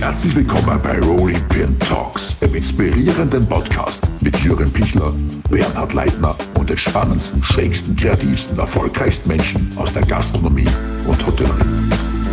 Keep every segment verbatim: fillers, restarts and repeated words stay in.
Herzlich willkommen bei Rolling Pin Talks, dem inspirierenden Podcast mit Jürgen Pichler, Bernhard Leitner und den spannendsten, schrägsten, kreativsten, erfolgreichsten Menschen aus der Gastronomie und Hotellerie.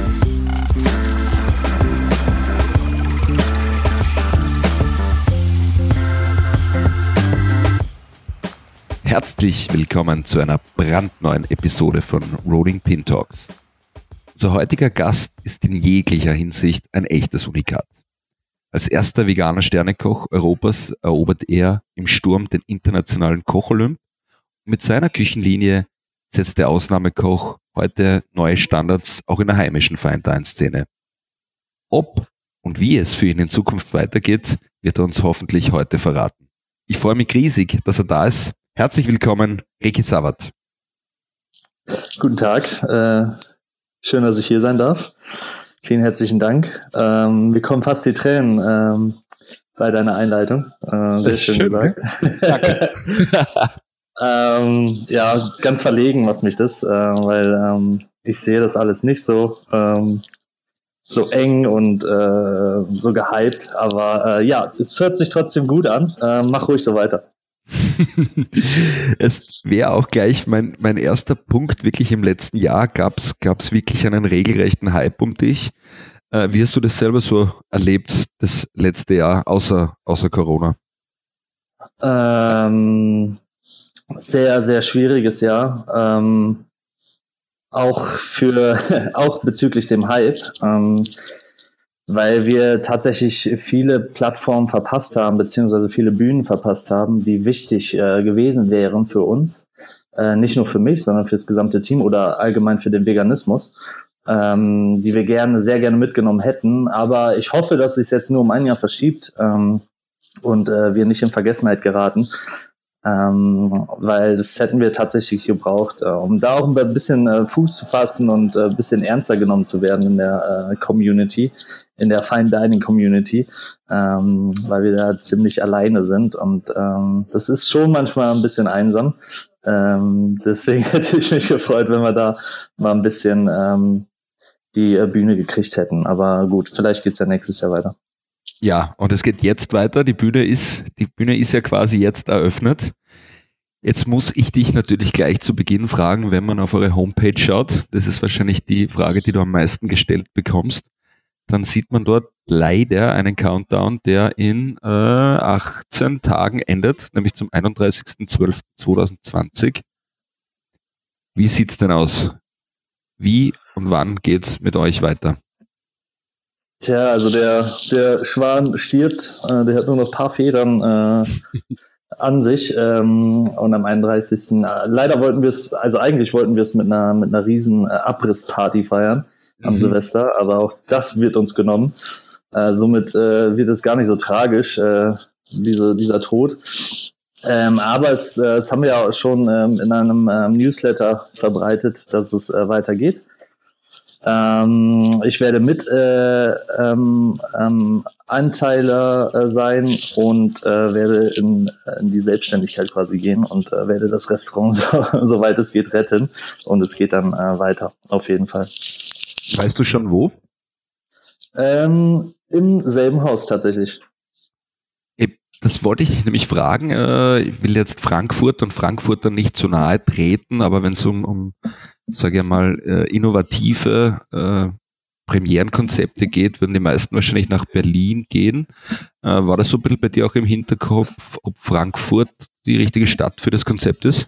Herzlich willkommen zu einer brandneuen Episode von Rolling Pin Talks. Unser heutiger Gast ist in jeglicher Hinsicht ein echtes Unikat. Als erster veganer Sternekoch Europas erobert er im Sturm den internationalen Koch-Olymp. Mit seiner Küchenlinie setzt der Ausnahmekoch heute neue Standards auch in der heimischen Fine-Dine-Szene. Ob und wie es für ihn in Zukunft weitergeht, wird er uns hoffentlich heute verraten. Ich freue mich riesig, dass er da ist. Herzlich willkommen, Ricky Savard. Guten Tag, äh, schön, dass ich hier sein darf. Vielen herzlichen Dank. Ähm, mir kommen fast die Tränen ähm, bei deiner Einleitung. Äh, sehr schön, schön gesagt. Danke. ähm, ja, ganz verlegen macht mich das, äh, weil ähm, ich sehe das alles nicht so ähm, so eng und äh, so gehypt. Aber äh, ja, es hört sich trotzdem gut an. Äh, mach ruhig so weiter. Es wäre auch gleich mein, mein erster Punkt, wirklich im letzten Jahr gab es wirklich einen regelrechten Hype um dich. Äh, wie hast du das selber so erlebt, das letzte Jahr, außer, außer Corona? Ähm, sehr, sehr schwieriges Jahr. Ähm, auch für, auch bezüglich dem Hype. Ähm, weil wir tatsächlich viele Plattformen verpasst haben, beziehungsweise viele Bühnen verpasst haben, die wichtig äh, gewesen wären für uns. Äh, nicht nur für mich, sondern für das gesamte Team oder allgemein für den Veganismus, ähm, die wir gerne, sehr gerne mitgenommen hätten. Aber ich hoffe, dass es sich jetzt nur um ein Jahr verschiebt ähm, und äh, wir nicht in Vergessenheit geraten. Ähm, weil das hätten wir tatsächlich gebraucht, äh, um da auch ein bisschen äh, Fuß zu fassen und äh, ein bisschen ernster genommen zu werden in der äh, Community, in der Fine Dining Community, ähm, weil wir da ziemlich alleine sind und ähm, das ist schon manchmal ein bisschen einsam. Ähm, deswegen hätte ich mich gefreut, wenn wir da mal ein bisschen ähm, die äh, Bühne gekriegt hätten. Aber gut, vielleicht geht's ja nächstes Jahr weiter. Ja, und es geht jetzt weiter. Die Bühne ist, die Bühne ist ja quasi jetzt eröffnet. Jetzt muss ich dich natürlich gleich zu Beginn fragen, wenn man auf eure Homepage schaut, das ist wahrscheinlich die Frage, die du am meisten gestellt bekommst, dann sieht man dort leider einen Countdown, der in äh, achtzehn Tagen endet, nämlich zum einunddreißigsten zwölften zweitausendzwanzig. Wie sieht's denn aus? Wie und wann geht's mit euch weiter? Tja, also der, der Schwan stirbt, äh, der hat nur noch ein paar Federn äh, an sich ähm, und am einunddreißigsten Äh, leider wollten wir es, also eigentlich wollten wir es mit einer mit einer riesen äh, Abrissparty feiern am mhm. Silvester, aber auch das wird uns genommen. Äh, somit äh, wird es gar nicht so tragisch, äh, diese, dieser Tod. Ähm, aber es, äh, es haben wir ja schon ähm, in einem ähm, Newsletter verbreitet, dass es äh, weitergeht. Ähm, ich werde mit äh, ähm, ähm, Anteiler äh, sein und äh, werde in, in die Selbstständigkeit quasi gehen und äh, werde das Restaurant so, soweit es geht retten und es geht dann äh, weiter, auf jeden Fall. Weißt du schon wo? Ähm, im selben Haus tatsächlich. Das wollte ich nämlich fragen. Ich will jetzt Frankfurt und Frankfurter nicht zu nahe treten, aber wenn es um, um sage ich mal, innovative äh, Premierenkonzepte geht, würden die meisten wahrscheinlich nach Berlin gehen. Äh, war das so ein bisschen bei dir auch im Hinterkopf, ob Frankfurt die richtige Stadt für das Konzept ist?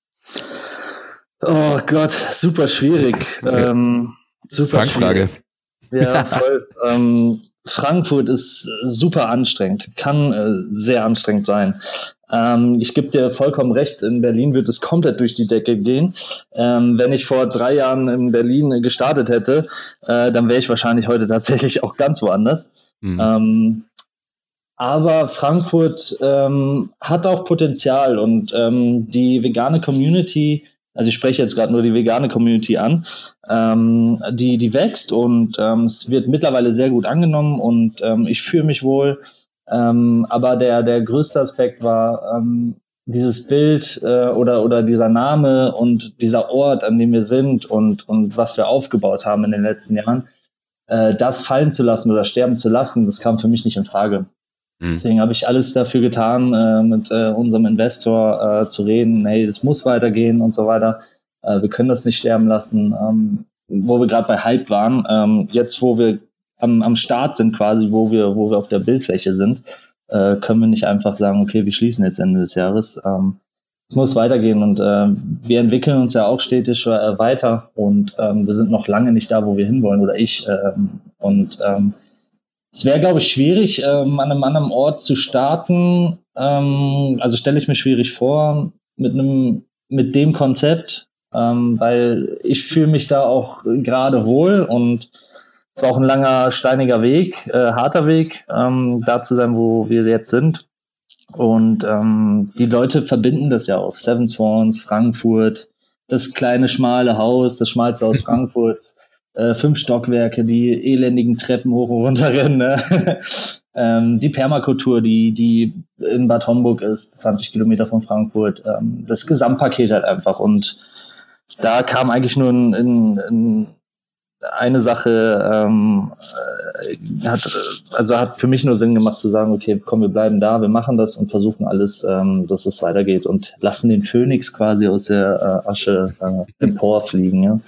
Oh Gott, super schwierig. Okay. Ähm, super Fangfrage. schwierig. Ja, voll. ähm, Frankfurt ist super anstrengend, kann äh, sehr anstrengend sein. Ähm, ich gebe dir vollkommen recht, in Berlin wird es komplett durch die Decke gehen. Ähm, wenn ich vor drei Jahren in Berlin gestartet hätte, äh, dann wäre ich wahrscheinlich heute tatsächlich auch ganz woanders. Mhm. Ähm, aber Frankfurt ähm, hat auch Potenzial und ähm, die vegane Community, also ich spreche jetzt gerade nur die vegane Community an, ähm, die die wächst und ähm, es wird mittlerweile sehr gut angenommen und ähm, ich fühle mich wohl. Ähm, aber der der größte Aspekt war ähm, dieses Bild äh, oder oder dieser Name und dieser Ort, an dem wir sind und und was wir aufgebaut haben in den letzten Jahren. äh, das fallen zu lassen oder sterben zu lassen, das kam für mich nicht in Frage. Mhm. Deswegen habe ich alles dafür getan, äh, mit äh, unserem Investor äh, zu reden, hey, das muss weitergehen und so weiter. Äh, wir können das nicht sterben lassen. Ähm, wo wir gerade bei Hype waren, ähm, jetzt wo wir am, am Start sind quasi, wo wir, wo wir auf der Bildfläche sind, äh, können wir nicht einfach sagen, okay, wir schließen jetzt Ende des Jahres. Ähm, es muss weitergehen und äh, wir entwickeln uns ja auch stetig äh, weiter und ähm, wir sind noch lange nicht da, wo wir hinwollen oder ich. Ähm, und ähm, es wäre, glaube ich, schwierig, ähm, an einem anderen Ort zu starten. Ähm, also stelle ich mir schwierig vor mit einem, mit dem Konzept, ähm, weil ich fühle mich da auch gerade wohl und es war auch ein langer, steiniger Weg, äh, harter Weg, ähm, da zu sein, wo wir jetzt sind. Und ähm, die Leute verbinden das ja auch. Seven Swans, Frankfurt, das kleine, schmale Haus, das schmalste Haus Frankfurts, äh, fünf Stockwerke, die elendigen Treppen hoch und runter rennen. Ne? ähm, die Permakultur, die die in Bad Homburg ist, zwanzig Kilometer von Frankfurt. Ähm, das Gesamtpaket halt einfach. Und da kam eigentlich nur ein, ein, ein eine Sache ähm, hat also hat für mich nur Sinn gemacht zu sagen, okay, komm, wir bleiben da, wir machen das und versuchen alles, ähm, dass es weitergeht und lassen den Phönix quasi aus der äh, Asche äh, emporfliegen. Ja.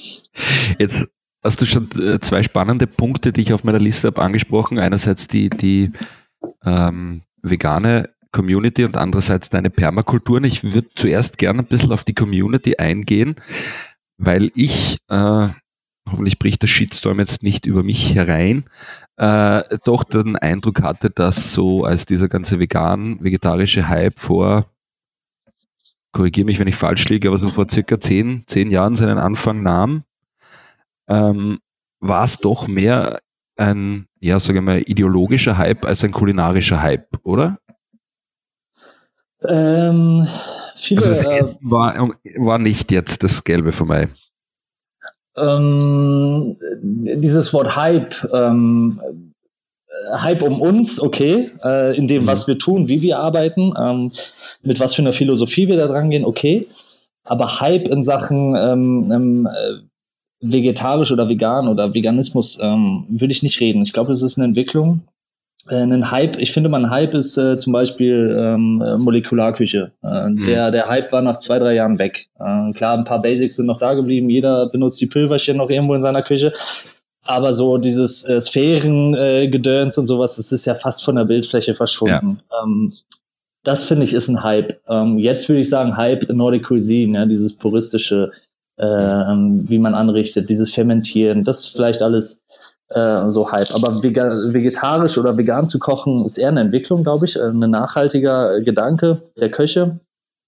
Jetzt hast du schon zwei spannende Punkte, die ich auf meiner Liste habe, angesprochen. Einerseits die die ähm, vegane Community und andererseits deine Permakulturen. Ich würde zuerst gerne ein bisschen auf die Community eingehen, weil ich äh, hoffentlich bricht der Shitstorm jetzt nicht über mich herein, äh, doch den Eindruck hatte, dass so als dieser ganze vegan-vegetarische Hype vor, korrigiere mich, wenn ich falsch liege, aber so vor circa zehn, zehn Jahren seinen Anfang nahm, ähm, war es doch mehr ein, ja, sagen wir mal, ideologischer Hype als ein kulinarischer Hype, oder? Ähm, viele, also das äh, Essen war, war nicht jetzt das Gelbe von Mai. Ähm, dieses Wort Hype, ähm, Hype um uns, okay, äh, in dem, mhm. was wir tun, wie wir arbeiten, ähm, mit was für einer Philosophie wir da dran gehen, okay. Aber Hype in Sachen ähm, ähm, äh, vegetarisch oder vegan oder Veganismus ähm, würde ich nicht reden. Ich glaube, es ist eine Entwicklung. Äh, ein Hype, ich finde mal, ein Hype ist äh, zum Beispiel ähm, Molekularküche. Äh, mhm. der, der Hype war nach zwei, drei Jahren weg. Äh, klar, ein paar Basics sind noch da geblieben. Jeder benutzt die Pülverchen noch irgendwo in seiner Küche. Aber so dieses äh, Sphären-Gedöns äh, und sowas, das ist ja fast von der Bildfläche verschwunden. Ja. Ähm, das finde ich ist ein Hype. Ähm, jetzt würde ich sagen Hype Nordic Cuisine, ja, dieses puristische, äh, wie man anrichtet, dieses Fermentieren, das vielleicht alles äh, so Hype. Aber vega- vegetarisch oder vegan zu kochen ist eher eine Entwicklung, glaube ich, ein nachhaltiger Gedanke der Köche,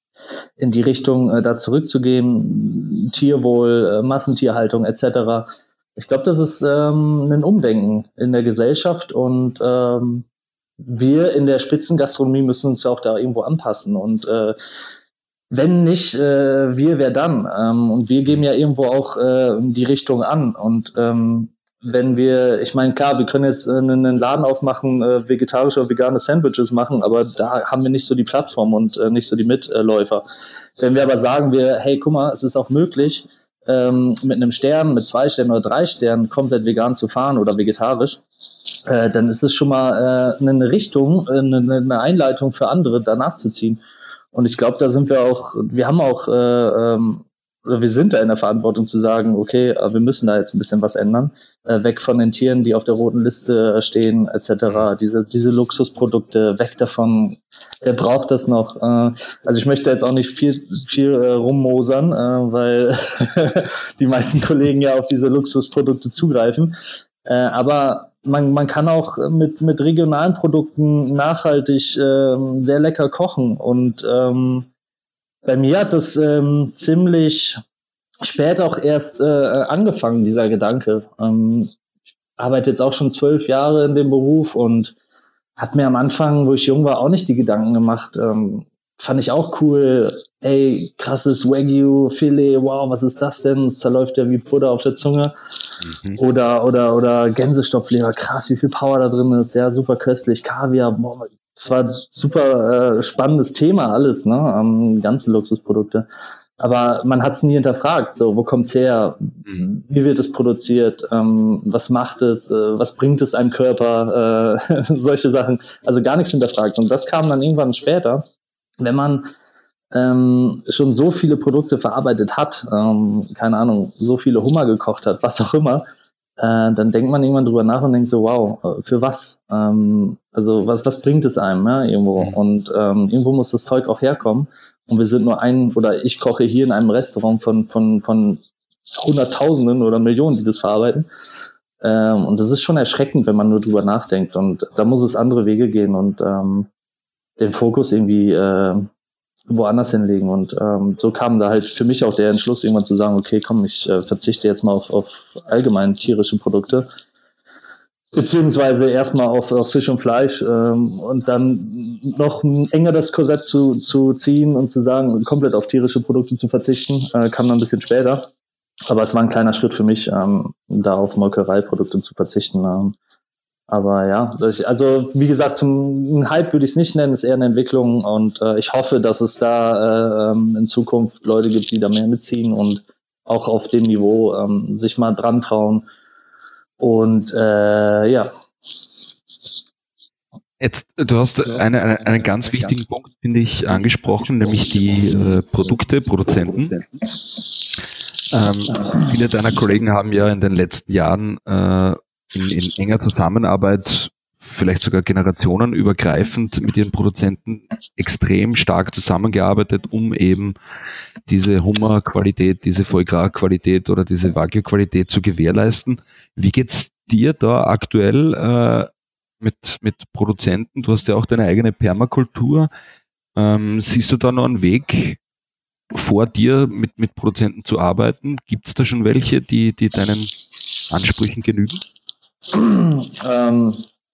in die Richtung äh, da zurückzugehen, Tierwohl, äh, Massentierhaltung et cetera. Ich glaube, das ist ähm, ein Umdenken in der Gesellschaft und ähm, wir in der Spitzengastronomie müssen uns ja auch da irgendwo anpassen und äh, wenn nicht äh, wir, wer dann? Ähm, und wir geben ja irgendwo auch äh, die Richtung an und ähm, wenn wir, ich meine, klar, wir können jetzt äh, einen Laden aufmachen, äh, vegetarische oder vegane Sandwiches machen, aber da haben wir nicht so die Plattform und äh, nicht so die Mitläufer. Wenn wir aber sagen, wir, hey, guck mal, es ist auch möglich, ähm, mit einem Stern, mit zwei Sternen oder drei Sternen komplett vegan zu fahren oder vegetarisch, äh, dann ist es schon mal äh, eine Richtung, äh, eine, eine Einleitung für andere, danach zu ziehen. Und ich glaube, da sind wir auch, wir haben auch, äh, ähm, oder wir sind da in der Verantwortung zu sagen, okay, wir müssen da jetzt ein bisschen was ändern, äh, weg von den Tieren, die auf der roten Liste stehen, et cetera. Diese diese Luxusprodukte, weg davon. Wer braucht das noch? Äh, also ich möchte jetzt auch nicht viel viel äh, rummosern, äh, weil die meisten Kollegen ja auf diese Luxusprodukte zugreifen. Äh, aber man man kann auch mit mit regionalen Produkten nachhaltig äh, sehr lecker kochen und ähm, bei mir hat das ähm, ziemlich spät auch erst äh, angefangen, dieser Gedanke. Ähm, ich arbeite jetzt auch schon zwölf Jahre in dem Beruf und habe mir am Anfang, wo ich jung war, auch nicht die Gedanken gemacht. Ähm, fand ich auch cool. Ey, krasses Wagyu-Filet, wow, was ist das denn? Es zerläuft ja wie Butter auf der Zunge. Mhm. Oder oder oder Gänsestopfleber, krass, wie viel Power da drin ist. Ja, super köstlich. Kaviar, boah, es war super äh, spannendes Thema alles, ne, ähm, ganze Luxusprodukte. Aber man hat es nie hinterfragt. So, wo kommt's her? Mhm. Wie wird es produziert? Ähm, was macht es? Äh, was bringt es einem Körper? Äh, solche Sachen. Also gar nichts hinterfragt. Und das kam dann irgendwann später, wenn man ähm, schon so viele Produkte verarbeitet hat, ähm, keine Ahnung, so viele Hummer gekocht hat, was auch immer, äh, dann denkt man irgendwann drüber nach und denkt so, wow, für was? Ähm, also was, was bringt es einem, ja, irgendwo? Mhm. Und ähm, irgendwo muss das Zeug auch herkommen. Und wir sind nur ein, oder ich koche hier in einem Restaurant von, von, von Hunderttausenden oder Millionen, die das verarbeiten. Ähm, und das ist schon erschreckend, wenn man nur drüber nachdenkt. Und da muss es andere Wege gehen und ähm, den Fokus irgendwie äh, woanders hinlegen. Und ähm, so kam da halt für mich auch der Entschluss, irgendwann zu sagen, okay, komm, ich äh, verzichte jetzt mal auf, auf allgemein tierische Produkte. Beziehungsweise erstmal auf, auf Fisch und Fleisch ähm, und dann noch enger das Korsett zu, zu ziehen und zu sagen, komplett auf tierische Produkte zu verzichten, äh, kam dann ein bisschen später. Aber es war ein kleiner Schritt für mich, ähm, da auf Molkereiprodukte zu verzichten. Ähm. Aber ja, also wie gesagt, zum Hype würde ich es nicht nennen, es ist eher eine Entwicklung und äh, ich hoffe, dass es da äh, in Zukunft Leute gibt, die da mehr mitziehen und auch auf dem Niveau ähm, sich mal dran trauen. Und äh, ja. Jetzt, du hast eine, eine, einen ganz wichtigen Punkt, finde ich, angesprochen, nämlich die äh, Produkte, Produzenten. Ähm, viele deiner Kollegen haben ja in den letzten Jahren äh, in, in enger Zusammenarbeit, vielleicht sogar generationenübergreifend mit ihren Produzenten extrem stark zusammengearbeitet, um eben diese Hummer-Qualität, diese Foie-Gras-Qualität oder diese Wagyu-Qualität zu gewährleisten. Wie geht's dir da aktuell äh, mit, mit Produzenten? Du hast ja auch deine eigene Permakultur. Ähm, siehst du da noch einen Weg vor dir, mit, mit Produzenten zu arbeiten? Gibt es da schon welche, die, die deinen Ansprüchen genügen? Ähm,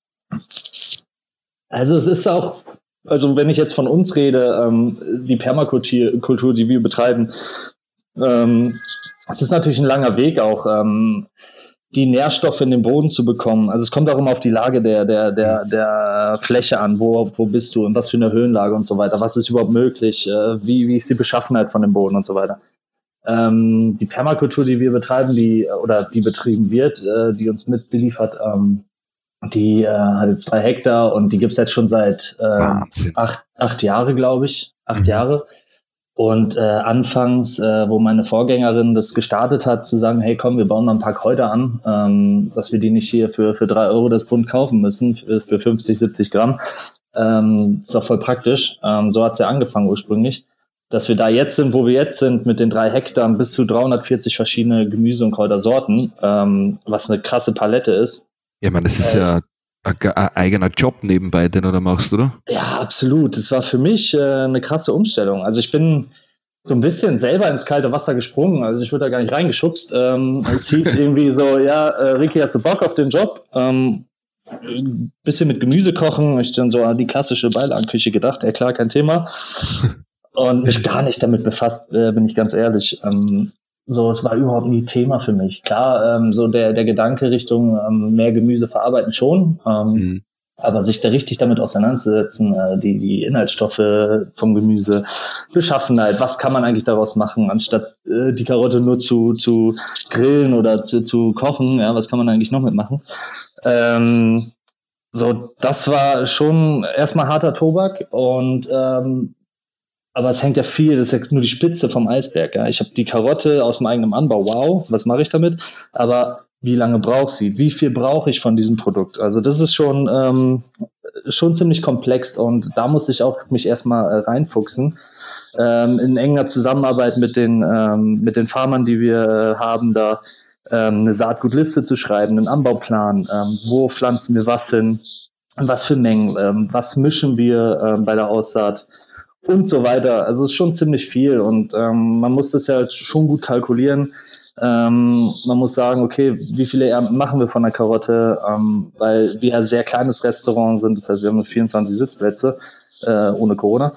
also es ist auch, also wenn ich jetzt von uns rede, ähm, die Permakultur, Kultur, die wir betreiben, ähm, es ist natürlich ein langer Weg auch, ähm, die Nährstoffe in den Boden zu bekommen. Also es kommt auch immer auf die Lage der, der, der, der Fläche an. Wo, wo bist du? In was für eine Höhenlage und so weiter? Was ist überhaupt möglich? Äh, wie, wie ist die Beschaffenheit von dem Boden und so weiter? Ähm, die Permakultur, die wir betreiben, die, oder die betrieben wird, äh, die uns mitbeliefert, ähm, die äh, hat jetzt drei Hektar und die gibt's jetzt schon seit äh, acht, acht Jahre, glaube ich. Acht mhm. Jahre. Und äh, anfangs, äh, wo meine Vorgängerin das gestartet hat, zu sagen, hey komm, wir bauen mal ein paar Kräuter an, ähm, dass wir die nicht hier für für drei Euro das Bund kaufen müssen, für, für fünfzig, siebzig Gramm. Ähm, ist auch voll praktisch. Ähm, so hat's ja angefangen ursprünglich. Dass wir da jetzt sind, wo wir jetzt sind, mit den drei Hektar bis zu dreihundertvierzig verschiedene Gemüse- und Kräutersorten, ähm, was eine krasse Palette ist. Ja, man, das ist äh, ja ein eigener Job nebenbei, den du da machst, oder? Ja, absolut. Das war für mich äh, eine krasse Umstellung. Also ich bin so ein bisschen selber ins kalte Wasser gesprungen. Also ich wurde da gar nicht reingeschubst. Ähm, es hieß irgendwie so, ja, äh, Ricky, hast du Bock auf den Job? Ähm, bisschen mit Gemüse kochen. Ich dann so an die klassische Beilagenküche gedacht. Ja klar, kein Thema. Und mich gar nicht damit befasst, äh, bin ich ganz ehrlich. Ähm, so, es war überhaupt nie Thema für mich. Klar, ähm, so der der Gedanke Richtung ähm, mehr Gemüse verarbeiten schon, ähm, mhm. aber sich da richtig damit auseinanderzusetzen, äh, die die Inhaltsstoffe vom Gemüse, Beschaffenheit, was kann man eigentlich daraus machen, anstatt äh, die Karotte nur zu zu grillen oder zu zu kochen, ja, was kann man eigentlich noch mitmachen? Ähm, so, das war schon erstmal harter Tobak und ähm, aber es hängt ja viel, das ist ja nur die Spitze vom Eisberg. Ja. Ich habe die Karotte aus meinem eigenen Anbau, wow, was mache ich damit? Aber wie lange braucht sie? Wie viel brauche ich von diesem Produkt? Also das ist schon ähm, schon ziemlich komplex und da muss ich auch mich erstmal äh, reinfuchsen. Ähm, in enger Zusammenarbeit mit den ähm, mit den Farmern, die wir äh, haben, da ähm, eine Saatgutliste zu schreiben, einen Anbauplan, ähm, wo pflanzen wir was hin, was für Mengen, ähm, was mischen wir ähm, bei der Aussaat und so weiter. Also es ist schon ziemlich viel und ähm, man muss das ja schon gut kalkulieren. Ähm, man muss sagen, okay, wie viele Ernten machen wir von der Karotte, ähm, weil wir ein sehr kleines Restaurant sind, das heißt, wir haben nur vierundzwanzig Sitzplätze äh, ohne Corona.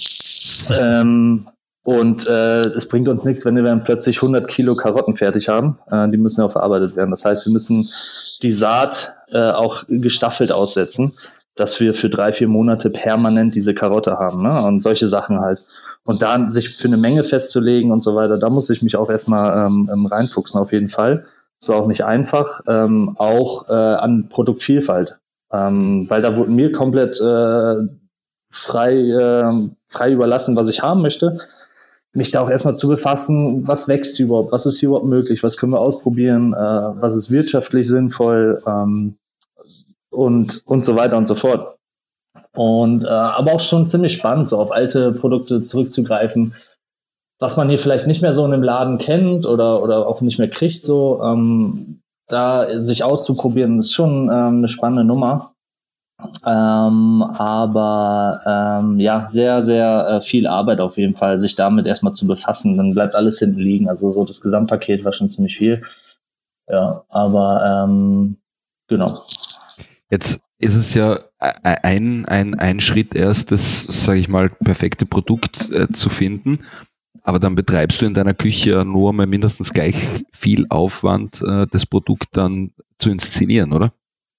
Ähm, und äh, es bringt uns nichts, wenn wir dann plötzlich hundert Kilo Karotten fertig haben. Äh, die müssen ja auch verarbeitet werden. Das heißt, wir müssen die Saat äh, auch gestaffelt aussetzen. dass wir für drei, vier Monate permanent diese Karotte haben, ne? Und solche Sachen halt. Und da sich für eine Menge festzulegen und so weiter, da muss ich mich auch erstmal ähm, reinfuchsen, auf jeden Fall. Es war auch nicht einfach, ähm, auch äh, an Produktvielfalt. Ähm, weil da wurde mir komplett äh, frei, äh, frei überlassen, was ich haben möchte. Mich da auch erstmal zu befassen, was wächst überhaupt, was ist hier überhaupt möglich, was können wir ausprobieren, äh, was ist wirtschaftlich sinnvoll ähm, und, und so weiter und so fort. Und äh, aber auch schon ziemlich spannend, so auf alte Produkte zurückzugreifen, was man hier vielleicht nicht mehr so in einem Laden kennt oder oder auch nicht mehr kriegt, so ähm, da sich auszuprobieren, ist schon ähm, eine spannende Nummer. Ähm, aber ähm, ja, sehr, sehr äh, viel Arbeit auf jeden Fall, sich damit erstmal zu befassen. Dann bleibt alles hinten liegen. Also so das Gesamtpaket war schon ziemlich viel. Ja, aber ähm, genau. Jetzt ist es ja ein, ein, ein Schritt erst, das, sage ich mal, perfekte Produkt äh, zu finden. Aber dann betreibst du in deiner Küche ja nur mal mindestens gleich viel Aufwand, äh, das Produkt dann zu inszenieren, oder?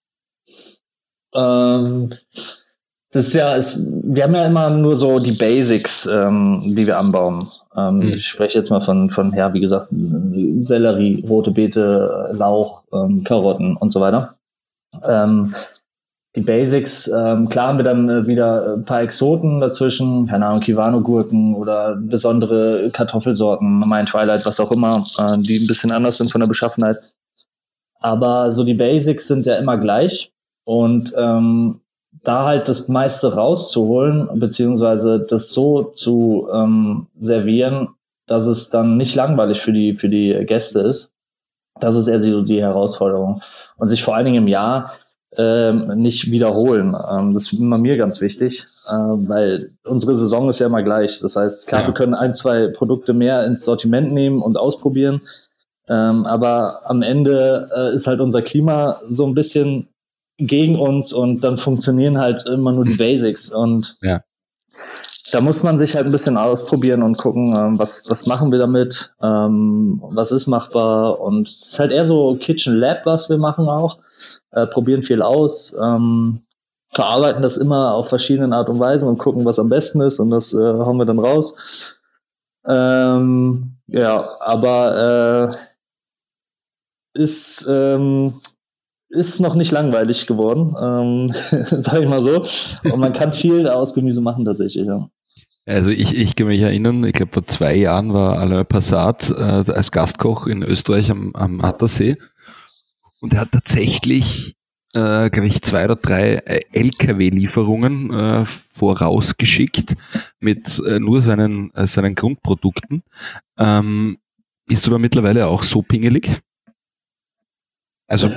Ähm, das ist ja, ist, wir haben ja immer nur so die Basics, ähm, die wir anbauen. Ähm, mhm. Ich spreche jetzt mal von, von, ja, wie gesagt, Sellerie, rote Beete, Lauch, ähm, Karotten und so weiter. Ähm, die Basics, ähm, klar haben wir dann äh, wieder ein paar Exoten dazwischen, keine Ahnung, Kiwano-Gurken oder besondere Kartoffelsorten, mein Twilight, was auch immer, äh, die ein bisschen anders sind von der Beschaffenheit. Aber so die Basics sind ja immer gleich. Und ähm, da halt das meiste rauszuholen, beziehungsweise das so zu ähm, servieren, dass es dann nicht langweilig für die für die Gäste ist. Das ist eher so die Herausforderung. Und sich vor allen Dingen im Jahr ähm, nicht wiederholen. Ähm, das ist immer mir ganz wichtig, äh, weil unsere Saison ist ja immer gleich. Das heißt, klar, ja. wir können ein, zwei Produkte mehr ins Sortiment nehmen und ausprobieren. Ähm, aber am Ende äh, ist halt unser Klima so ein bisschen gegen uns und dann funktionieren halt immer nur die Basics und ja. da muss man sich halt ein bisschen ausprobieren und gucken, ähm, was was machen wir damit, ähm, was ist machbar und es ist halt eher so Kitchen Lab, was wir machen auch, äh, probieren viel aus, ähm, verarbeiten das immer auf verschiedenen Art und Weisen und gucken, was am besten ist und das äh, hauen wir dann raus. Ähm, ja, aber äh, ist ähm, ist noch nicht langweilig geworden, ähm, sag ich mal so. Und man kann viel aus Gemüse machen tatsächlich, ja. Also ich, ich kann mich erinnern, ich glaube vor zwei Jahren war Alain Passat äh, als Gastkoch in Österreich am, am Attersee und er hat tatsächlich, äh, glaube ich, zwei oder drei L K W-Lieferungen äh, vorausgeschickt mit äh, nur seinen, äh, seinen Grundprodukten. Ähm, bist du da mittlerweile auch so pingelig? Also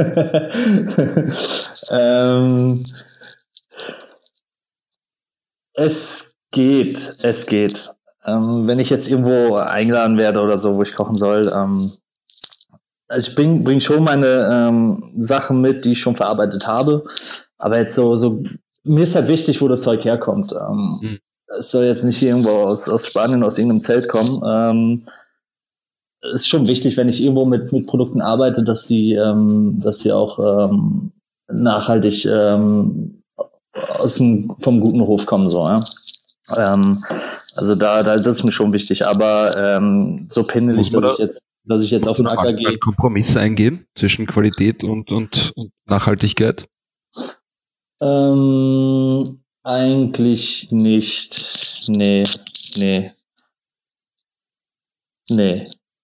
ähm, es geht, es geht. Ähm, wenn ich jetzt irgendwo eingeladen werde oder so, wo ich kochen soll, ähm, also ich bring, bring schon meine ähm, Sachen mit, die ich schon verarbeitet habe. Aber jetzt so, so mir ist halt wichtig, wo das Zeug herkommt. Ähm, hm. Es soll jetzt nicht irgendwo aus, aus Spanien, aus irgendeinem Zelt kommen. Ähm, ist schon wichtig, wenn ich irgendwo mit mit Produkten arbeite, dass sie ähm, dass sie auch ähm, nachhaltig ähm, aus dem vom guten Hof kommen, so, ja. Ähm, also da da das ist mir schon wichtig, aber ähm, so pingelig, dass da, ich jetzt dass ich jetzt auf den Acker gehe. Einen Kompromiss eingehen zwischen Qualität und und, und Nachhaltigkeit? Ähm, eigentlich nicht. Nee, nee. Nee.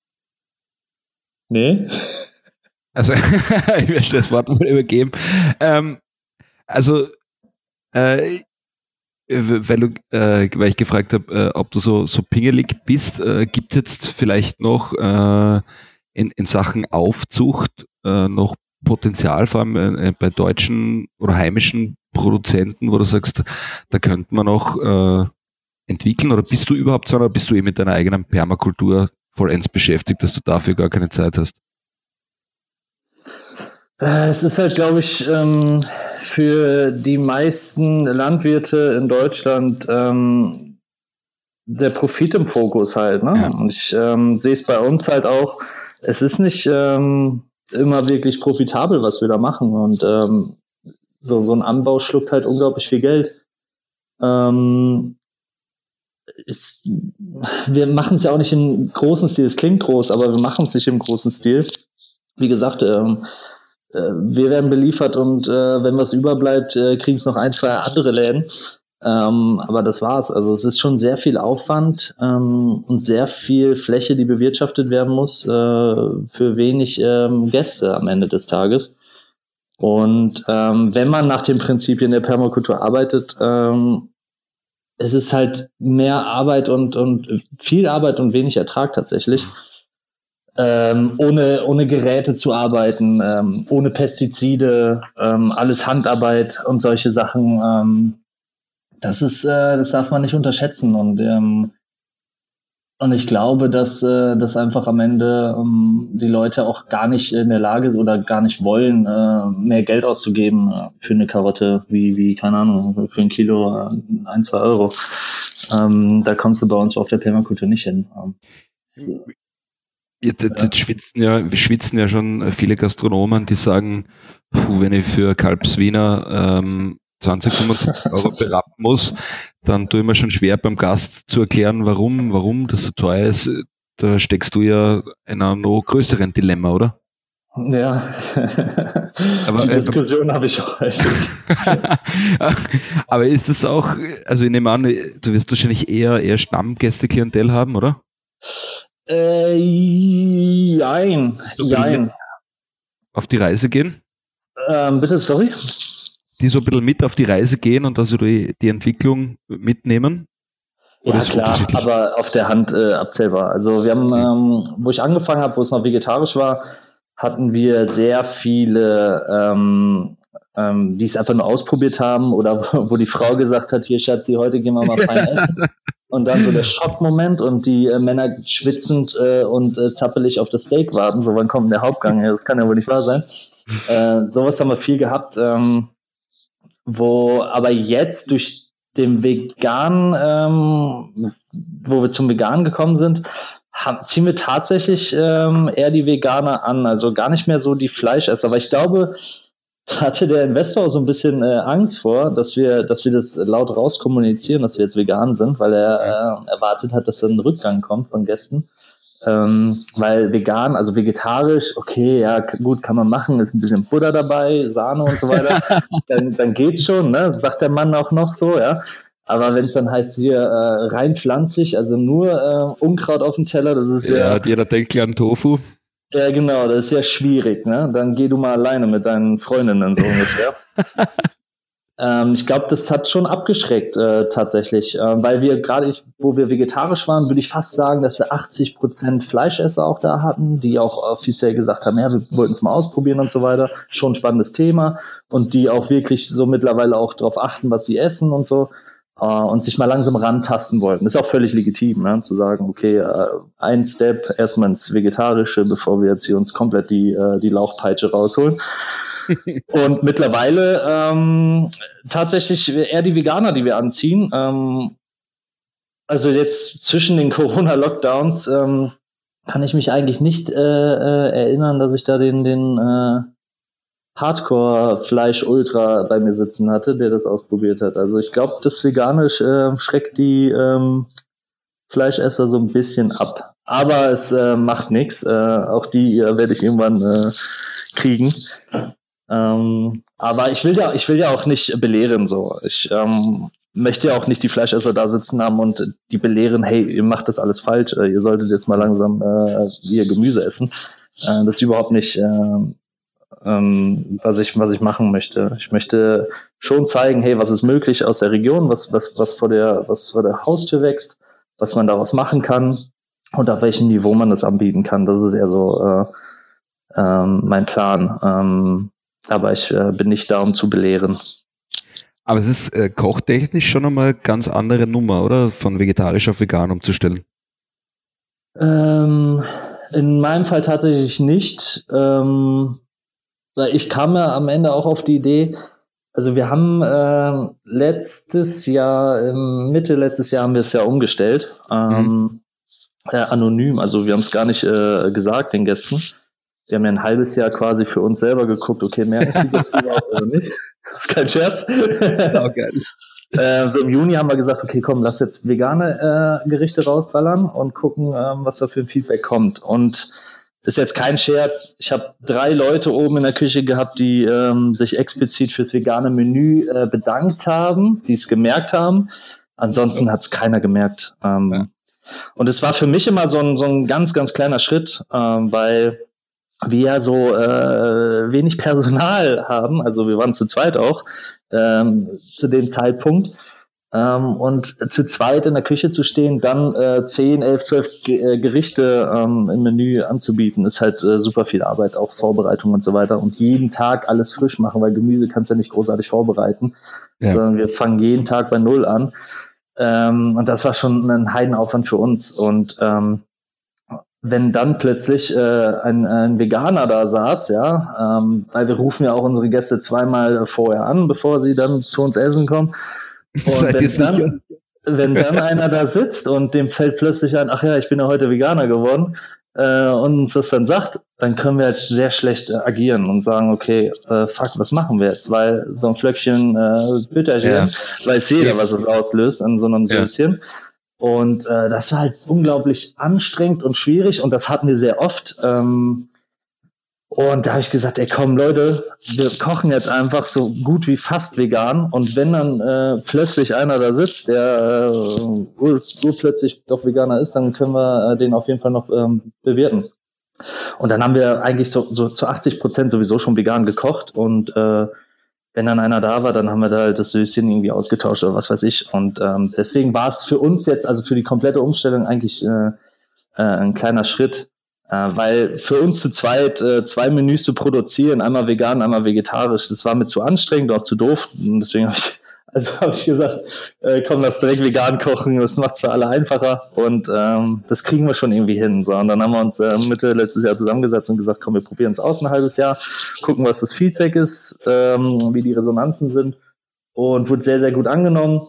Nee. Also, ich werde das Wort mal übergeben. Ähm, also, äh, weil, du, äh, weil ich gefragt habe, äh, ob du so, so pingelig bist, äh, gibt es jetzt vielleicht noch äh, in, in Sachen Aufzucht äh, noch Potenzial, vor allem äh, bei deutschen oder heimischen Produzenten, wo du sagst, da könnte man noch äh, entwickeln, oder bist du überhaupt so, oder bist du eh mit deiner eigenen Permakultur vollends beschäftigt, dass du dafür gar keine Zeit hast? Es ist halt, glaube ich, ähm, für die meisten Landwirte in Deutschland ähm, der Profit im Fokus halt. Ne? Ja. Und ich ähm, sehe es bei uns halt auch, es ist nicht ähm, immer wirklich profitabel, was wir da machen. Und ähm, so, so ein Anbau schluckt halt unglaublich viel Geld. Ähm, ist, wir machen es ja auch nicht im großen Stil, es klingt groß, aber wir machen es nicht im großen Stil. Wie gesagt, ähm, äh, wir werden beliefert und äh, wenn was überbleibt, äh, kriegen es noch ein, zwei andere Läden. Ähm, aber das war's. Also es ist schon sehr viel Aufwand ähm, und sehr viel Fläche, die bewirtschaftet werden muss, äh, für wenig ähm, Gäste am Ende des Tages. Und ähm, wenn man nach den Prinzipien der Permakultur arbeitet, ähm, es ist halt mehr Arbeit und, und viel Arbeit und wenig Ertrag tatsächlich. Ähm, ohne, ohne Geräte zu arbeiten, ähm, ohne Pestizide, ähm, alles Handarbeit und solche Sachen. Ähm, das ist, äh, das darf man nicht unterschätzen. Und, ähm, und ich glaube, dass, äh, dass einfach am Ende ähm, die Leute auch gar nicht in der Lage sind oder gar nicht wollen, äh, mehr Geld auszugeben äh, für eine Karotte, wie, wie, keine Ahnung, für ein Kilo, äh, ein, zwei Euro. Ähm, da kommst du bei uns auf der Permakultur nicht hin. Ähm, so. Jetzt, jetzt, jetzt schwitzen ja, wir schwitzen ja schon viele Gastronomen, die sagen, puh, wenn ich für Kalbswiener ähm, zwanzig, fünfundzwanzig Euro berappen muss, dann tue ich mir schon schwer beim Gast zu erklären, warum, warum das so teuer ist. Da steckst du ja in einem noch größeren Dilemma, oder? Ja, aber, die Diskussion äh, habe ich auch häufig. Aber ist das auch, also ich nehme an, du wirst wahrscheinlich eher, eher Stammgäste-Klientel haben, oder? Äh, jein, jein. Auf die Reise gehen? Ähm, bitte, sorry? Die so ein bisschen mit auf die Reise gehen und also die, die Entwicklung mitnehmen? Oder ja klar, aber auf der Hand äh, abzählbar. Also wir haben, ähm, wo ich angefangen habe, wo es noch vegetarisch war, hatten wir sehr viele, ähm, ähm, die es einfach nur ausprobiert haben oder wo, wo die Frau gesagt hat, hier Schatzi, heute gehen wir mal fein essen. Und dann so der Schockmoment und die äh, Männer schwitzend äh, und äh, zappelig auf das Steak warten. So, wann kommt der Hauptgang? Das kann ja wohl nicht wahr sein. Äh, sowas haben wir viel gehabt. Ähm, wo aber jetzt durch den Vegan, ähm, wo wir zum Vegan gekommen sind, haben, ziehen wir tatsächlich ähm, eher die Veganer an, also gar nicht mehr so die Fleischesser, weil ich glaube, da hatte der Investor auch so ein bisschen äh, Angst vor, dass wir, dass wir das laut rauskommunizieren, dass wir jetzt vegan sind, weil er äh, erwartet hat, dass dann ein Rückgang kommt von Gästen. Ähm, weil vegan, also vegetarisch, okay, ja, gut, kann man machen, ist ein bisschen Butter dabei, Sahne und so weiter, dann, dann geht's schon, ne, das sagt der Mann auch noch so, ja. Aber wenn es dann heißt hier äh, rein pflanzlich, also nur äh, Unkraut auf dem Teller, das ist ja... Ja, jeder denkt ja an Tofu. Ja, genau, das ist ja schwierig, ne? Dann geh du mal alleine mit deinen Freundinnen so ungefähr. Ähm, ich glaube, das hat schon abgeschreckt äh, tatsächlich, äh, weil wir gerade, wo wir vegetarisch waren, würde ich fast sagen, dass wir achtzig Prozent Fleischesser auch da hatten, die auch offiziell gesagt haben, ja, wir wollten es mal ausprobieren und so weiter. Schon ein spannendes Thema und die auch wirklich so mittlerweile auch darauf achten, was sie essen und so äh, und sich mal langsam rantasten wollten. Das ist auch völlig legitim, ne? Zu sagen, okay, äh, ein Step erstmal ins Vegetarische, bevor wir jetzt hier uns komplett die, äh, die Lauchpeitsche rausholen. Und mittlerweile ähm, tatsächlich eher die Veganer, die wir anziehen. Ähm, also jetzt zwischen den Corona-Lockdowns ähm, kann ich mich eigentlich nicht äh, äh, erinnern, dass ich da den, den äh, Hardcore-Fleisch-Ultra bei mir sitzen hatte, der das ausprobiert hat. Also ich glaube, das Vegane äh, schreckt die ähm, Fleischesser so ein bisschen ab. Aber es äh, macht nichts. Äh, auch die äh, werde ich irgendwann äh, kriegen. Ähm, aber ich will ja, ich will ja auch nicht belehren, so. Ich ähm, möchte ja auch nicht die Fleischesser da sitzen haben und die belehren, hey, ihr macht das alles falsch, äh, ihr solltet jetzt mal langsam äh, ihr Gemüse essen. Äh, das ist überhaupt nicht, äh, ähm, was ich, was ich machen möchte. Ich möchte schon zeigen, hey, was ist möglich aus der Region, was, was, was vor der, was vor der Haustür wächst, was man daraus machen kann und auf welchem Niveau man das anbieten kann. Das ist eher so äh, ähm, mein Plan. Ähm, Aber ich äh, bin nicht da, um zu belehren. Aber es ist äh, kochtechnisch schon einmal eine ganz andere Nummer, oder? Von vegetarisch auf vegan umzustellen. Ähm, in meinem Fall tatsächlich nicht. Ähm, ich kam ja am Ende auch auf die Idee, also wir haben äh, letztes Jahr, ähm, Mitte letztes Jahr haben wir es ja umgestellt. Ähm, mhm. äh, anonym, also wir haben es gar nicht äh, gesagt den Gästen. Wir haben ja ein halbes Jahr quasi für uns selber geguckt, okay, merken Sie das überhaupt oder nicht? Das ist kein Scherz. Ja, geil. Äh, so im Juni haben wir gesagt, okay, komm, lass jetzt vegane äh, Gerichte rausballern und gucken, ähm, was da für ein Feedback kommt. Und das ist jetzt kein Scherz. Ich habe drei Leute oben in der Küche gehabt, die ähm, sich explizit fürs vegane Menü äh, bedankt haben, die es gemerkt haben. Ansonsten hat es keiner gemerkt. Ähm, ja. Und es war für mich immer so ein, so ein ganz, ganz kleiner Schritt, ähm, weil wir ja so äh, wenig Personal haben. Also wir waren zu zweit auch ähm, zu dem Zeitpunkt. Ähm, und zu zweit in der Küche zu stehen, dann äh, zehn, elf, zwölf Gerichte ähm, im Menü anzubieten, ist halt äh, super viel Arbeit, auch Vorbereitung und so weiter. Und jeden Tag alles frisch machen, weil Gemüse kannst du ja nicht großartig vorbereiten, ja. sondern wir fangen jeden Tag bei Null an. Ähm, und das war schon ein Heidenaufwand für uns. Und ähm, wenn dann plötzlich äh, ein, ein Veganer da saß, ja, ähm, weil wir rufen ja auch unsere Gäste zweimal vorher an, bevor sie dann zu uns essen kommen. Und Seid wenn dann, wenn dann einer da sitzt und dem fällt plötzlich ein, ach ja, ich bin ja heute Veganer geworden, äh, und uns das dann sagt, dann können wir halt sehr schlecht äh, agieren und sagen, okay, äh, fuck, was machen wir jetzt? Weil so ein Flöckchen äh, Bitterchen, ja. weiß jeder, was es auslöst an so einem Söschen. Ja. Und äh, das war halt unglaublich anstrengend und schwierig und das hatten wir sehr oft. Ähm, Und da habe ich gesagt, ey komm Leute, wir kochen jetzt einfach so gut wie fast vegan. Und wenn dann äh, plötzlich einer da sitzt, der äh, urplötzlich doch Veganer ist, dann können wir äh, den auf jeden Fall noch ähm, bewerten. Und dann haben wir eigentlich so, so zu achtzig Prozent sowieso schon vegan gekocht. Und äh, wenn dann einer da war, dann haben wir da halt das Söschen irgendwie ausgetauscht oder was weiß ich. Und ähm, deswegen war es für uns jetzt, also für die komplette Umstellung eigentlich äh, äh, ein kleiner Schritt. Äh, weil für uns zu zweit äh, zwei Menüs zu produzieren, einmal vegan, einmal vegetarisch, das war mir zu anstrengend, auch zu doof. Und deswegen habe ich, also hab ich gesagt, äh, komm, lass direkt vegan kochen, das macht's für alle einfacher. Und ähm, das kriegen wir schon irgendwie hin. So. Und dann haben wir uns äh, Mitte letztes Jahr zusammengesetzt und gesagt, komm, wir probieren es aus ein halbes Jahr, gucken, was das Feedback ist, ähm, wie die Resonanzen sind. Und wurde sehr, sehr gut angenommen.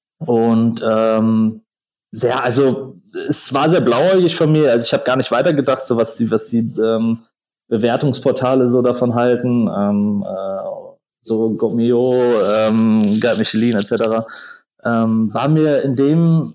Und ähm, sehr, also es war sehr blauäugig von mir. Also ich habe gar nicht weitergedacht, so was die, was die ähm, Bewertungsportale so davon halten, ähm, äh, so Gomeo, ähm, Guide Michelin et cetera. Ähm, war mir in dem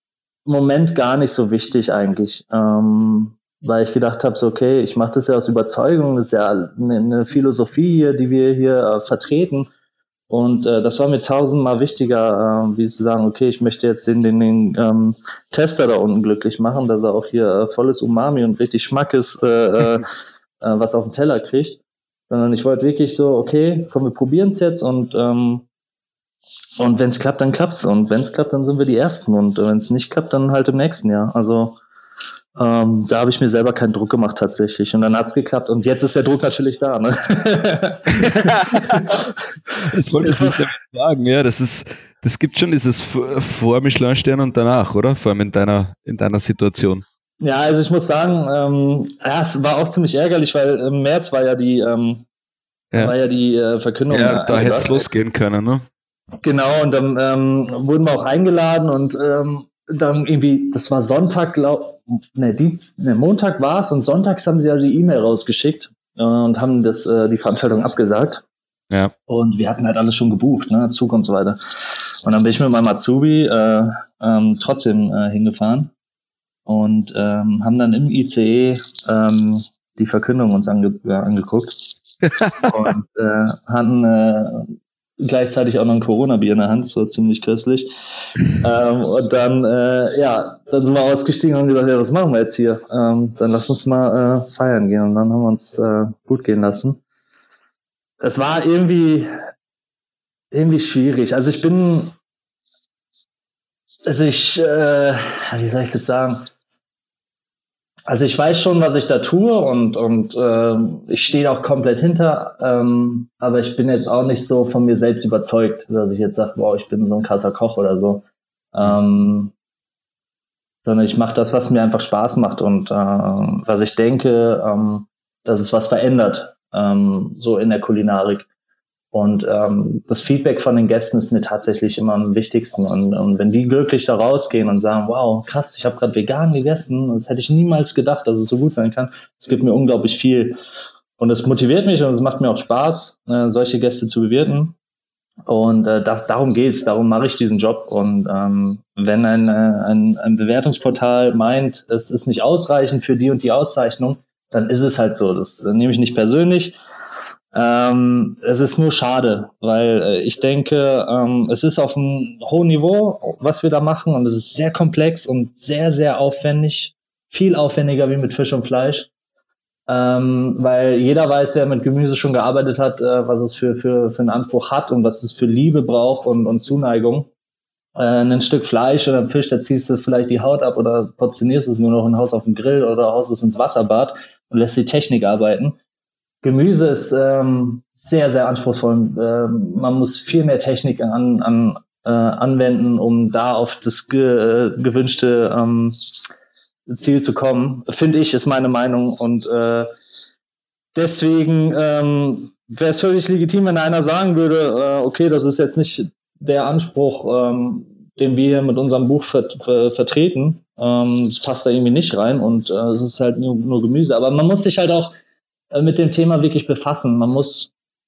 Moment gar nicht so wichtig eigentlich, ähm, weil ich gedacht habe, so okay, ich mache das ja aus Überzeugung, das ist ja eine, eine Philosophie hier, die wir hier äh, vertreten. Und äh, das war mir tausendmal wichtiger, äh, wie zu sagen, okay, ich möchte jetzt den, den, den ähm, Tester da unten glücklich machen, dass er auch hier äh, volles Umami und richtig Schmackes, äh, äh, was auf den Teller kriegt. Sondern ich wollte wirklich so, okay, komm, wir probieren es jetzt und ähm, und wenn es klappt, dann klappt's. Und wenn es klappt, dann sind wir die Ersten. Und wenn es nicht klappt, dann halt im nächsten Jahr. Also Ähm, da habe ich mir selber keinen Druck gemacht tatsächlich. Und dann hat's geklappt. Und jetzt ist der Druck natürlich da. Ne? Das wollte ich nicht damit sagen. Ja, das ist, das gibt schon dieses vor Michelin-Stern und danach, oder? Vor allem in deiner, in deiner Situation. Ja, also ich muss sagen, ähm, ja, es war auch ziemlich ärgerlich, weil im März war ja die, ähm, ja. war ja die äh, Verkündung. Ja, da hätte es losgehen können, ne? Genau, und dann ähm, wurden wir auch eingeladen und ähm, dann irgendwie, das war Sonntag, glaub Ne, Dienst, ne, Montag war es und sonntags haben sie ja die E-Mail rausgeschickt äh, und haben das, äh, die Veranstaltung abgesagt. Ja. Und wir hatten halt alles schon gebucht, ne, Zug und so weiter. Und dann bin ich mit meinem Azubi äh, ähm, trotzdem äh, hingefahren und ähm, haben dann im I C E ähm, die Verkündung uns ange- äh, angeguckt und äh, hatten äh, gleichzeitig auch noch ein Corona-Bier in der Hand, so ziemlich köstlich. ähm, und dann, äh, ja, dann sind wir ausgestiegen und haben gesagt, ja, was machen wir jetzt hier? Ähm, dann lass uns mal äh, feiern gehen. Und dann haben wir uns äh, gut gehen lassen. Das war irgendwie, irgendwie schwierig. Also ich bin, also ich, äh, wie soll ich das sagen? Also ich weiß schon, was ich da tue und und äh, ich stehe auch komplett hinter, ähm, aber ich bin jetzt auch nicht so von mir selbst überzeugt, dass ich jetzt sage, wow, ich bin so ein krasser Koch oder so, ähm, sondern ich mache das, was mir einfach Spaß macht und äh, was ich denke, ähm, dass es was verändert, ähm, so in der Kulinarik. Und ähm, das Feedback von den Gästen ist mir tatsächlich immer am wichtigsten. Und, und wenn die glücklich da rausgehen und sagen, wow, krass, ich habe gerade vegan gegessen, das hätte ich niemals gedacht, dass es so gut sein kann, es gibt mir unglaublich viel. Und es motiviert mich und es macht mir auch Spaß, äh, solche Gäste zu bewirten. Und äh, das, darum geht's, darum mache ich diesen Job. Und ähm, wenn ein, ein, ein Bewertungsportal meint, es ist nicht ausreichend für die und die Auszeichnung, dann ist es halt so. Das nehme ich nicht persönlich. Ähm, es ist nur schade, weil äh, ich denke, ähm, es ist auf einem hohen Niveau, was wir da machen, und es ist sehr komplex und sehr, sehr aufwendig, viel aufwendiger wie mit Fisch und Fleisch, ähm, weil jeder weiß, wer mit Gemüse schon gearbeitet hat, äh, was es für, für, für einen Anspruch hat und was es für Liebe braucht und, und Zuneigung. Äh, ein Stück Fleisch oder Fisch, da ziehst du vielleicht die Haut ab oder portionierst es nur noch und haust auf den Grill oder haust es ins Wasserbad und lässt die Technik arbeiten. Gemüse ist ähm, sehr, sehr anspruchsvoll. Ähm, man muss viel mehr Technik an, an, äh, anwenden, um da auf das ge, äh, gewünschte ähm, Ziel zu kommen. Finde ich, ist meine Meinung. Und äh, deswegen ähm, wäre es völlig legitim, wenn einer sagen würde, äh, okay, das ist jetzt nicht der Anspruch, ähm, den wir hier mit unserem Buch ver- ver- vertreten. Ähm, das passt da irgendwie nicht rein und äh, es ist halt nur, nur Gemüse. Aber man muss sich halt auch mit dem Thema wirklich befassen. Man muss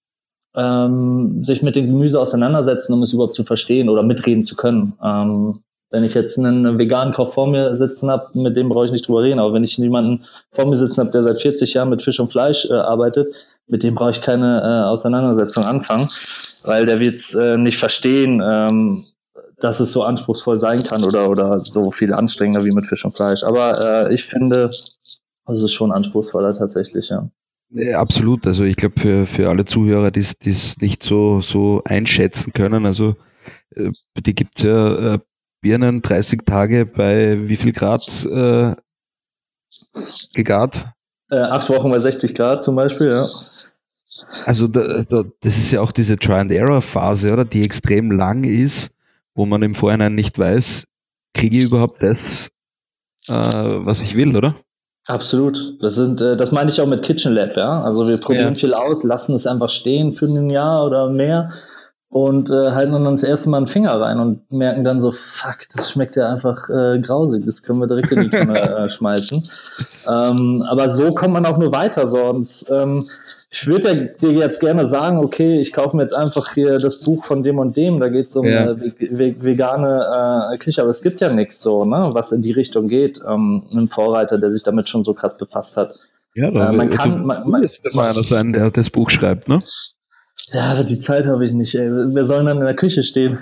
ähm, sich mit dem Gemüse auseinandersetzen, um es überhaupt zu verstehen oder mitreden zu können. Ähm, wenn ich jetzt einen veganen Koch vor mir sitzen habe, mit dem brauche ich nicht drüber reden. Aber wenn ich jemanden vor mir sitzen habe, der seit vierzig Jahren mit Fisch und Fleisch äh, arbeitet, mit dem brauche ich keine äh, Auseinandersetzung anfangen, weil der wird es äh, nicht verstehen, ähm, dass es so anspruchsvoll sein kann oder oder so viel anstrengender wie mit Fisch und Fleisch. Aber äh, ich finde, es ist schon anspruchsvoller tatsächlich, ja. Ja, absolut. Also ich glaube, für, für alle Zuhörer, die es nicht so, so einschätzen können, also äh, die gibt's ja äh, Birnen dreißig Tage bei wie viel Grad äh, gegart? Äh, acht Wochen bei sechzig Grad zum Beispiel, ja. Also da, da, das ist ja auch diese Try-and-Error-Phase, oder, die extrem lang ist, wo man im Vorhinein nicht weiß, kriege ich überhaupt das, äh, was ich will, oder? Absolut. Das sind, äh, das meine ich auch mit Kitchen Lab, ja. Also wir probieren Ja. viel aus, lassen es einfach stehen für ein Jahr oder mehr und äh, halten dann das erste Mal einen Finger rein und merken dann so, fuck, das schmeckt ja einfach äh, grausig, das können wir direkt in die Tonne äh, schmeißen. Ähm, aber so kommt man auch nur weiter. So. Und, ähm, ich würde dir jetzt gerne sagen, okay, ich kaufe mir jetzt einfach hier das Buch von dem und dem, da geht es um Ja. äh, ve- vegane äh, Küche, aber es gibt ja nichts so, ne, was in die Richtung geht. Ähm, ein Vorreiter, der sich damit schon so krass befasst hat. Ja, Äh, man kann, du man, man, wirst mal einer sein, der das Buch schreibt, ne? ja, aber die Zeit habe ich nicht, ey. Wir sollen dann in der Küche stehen.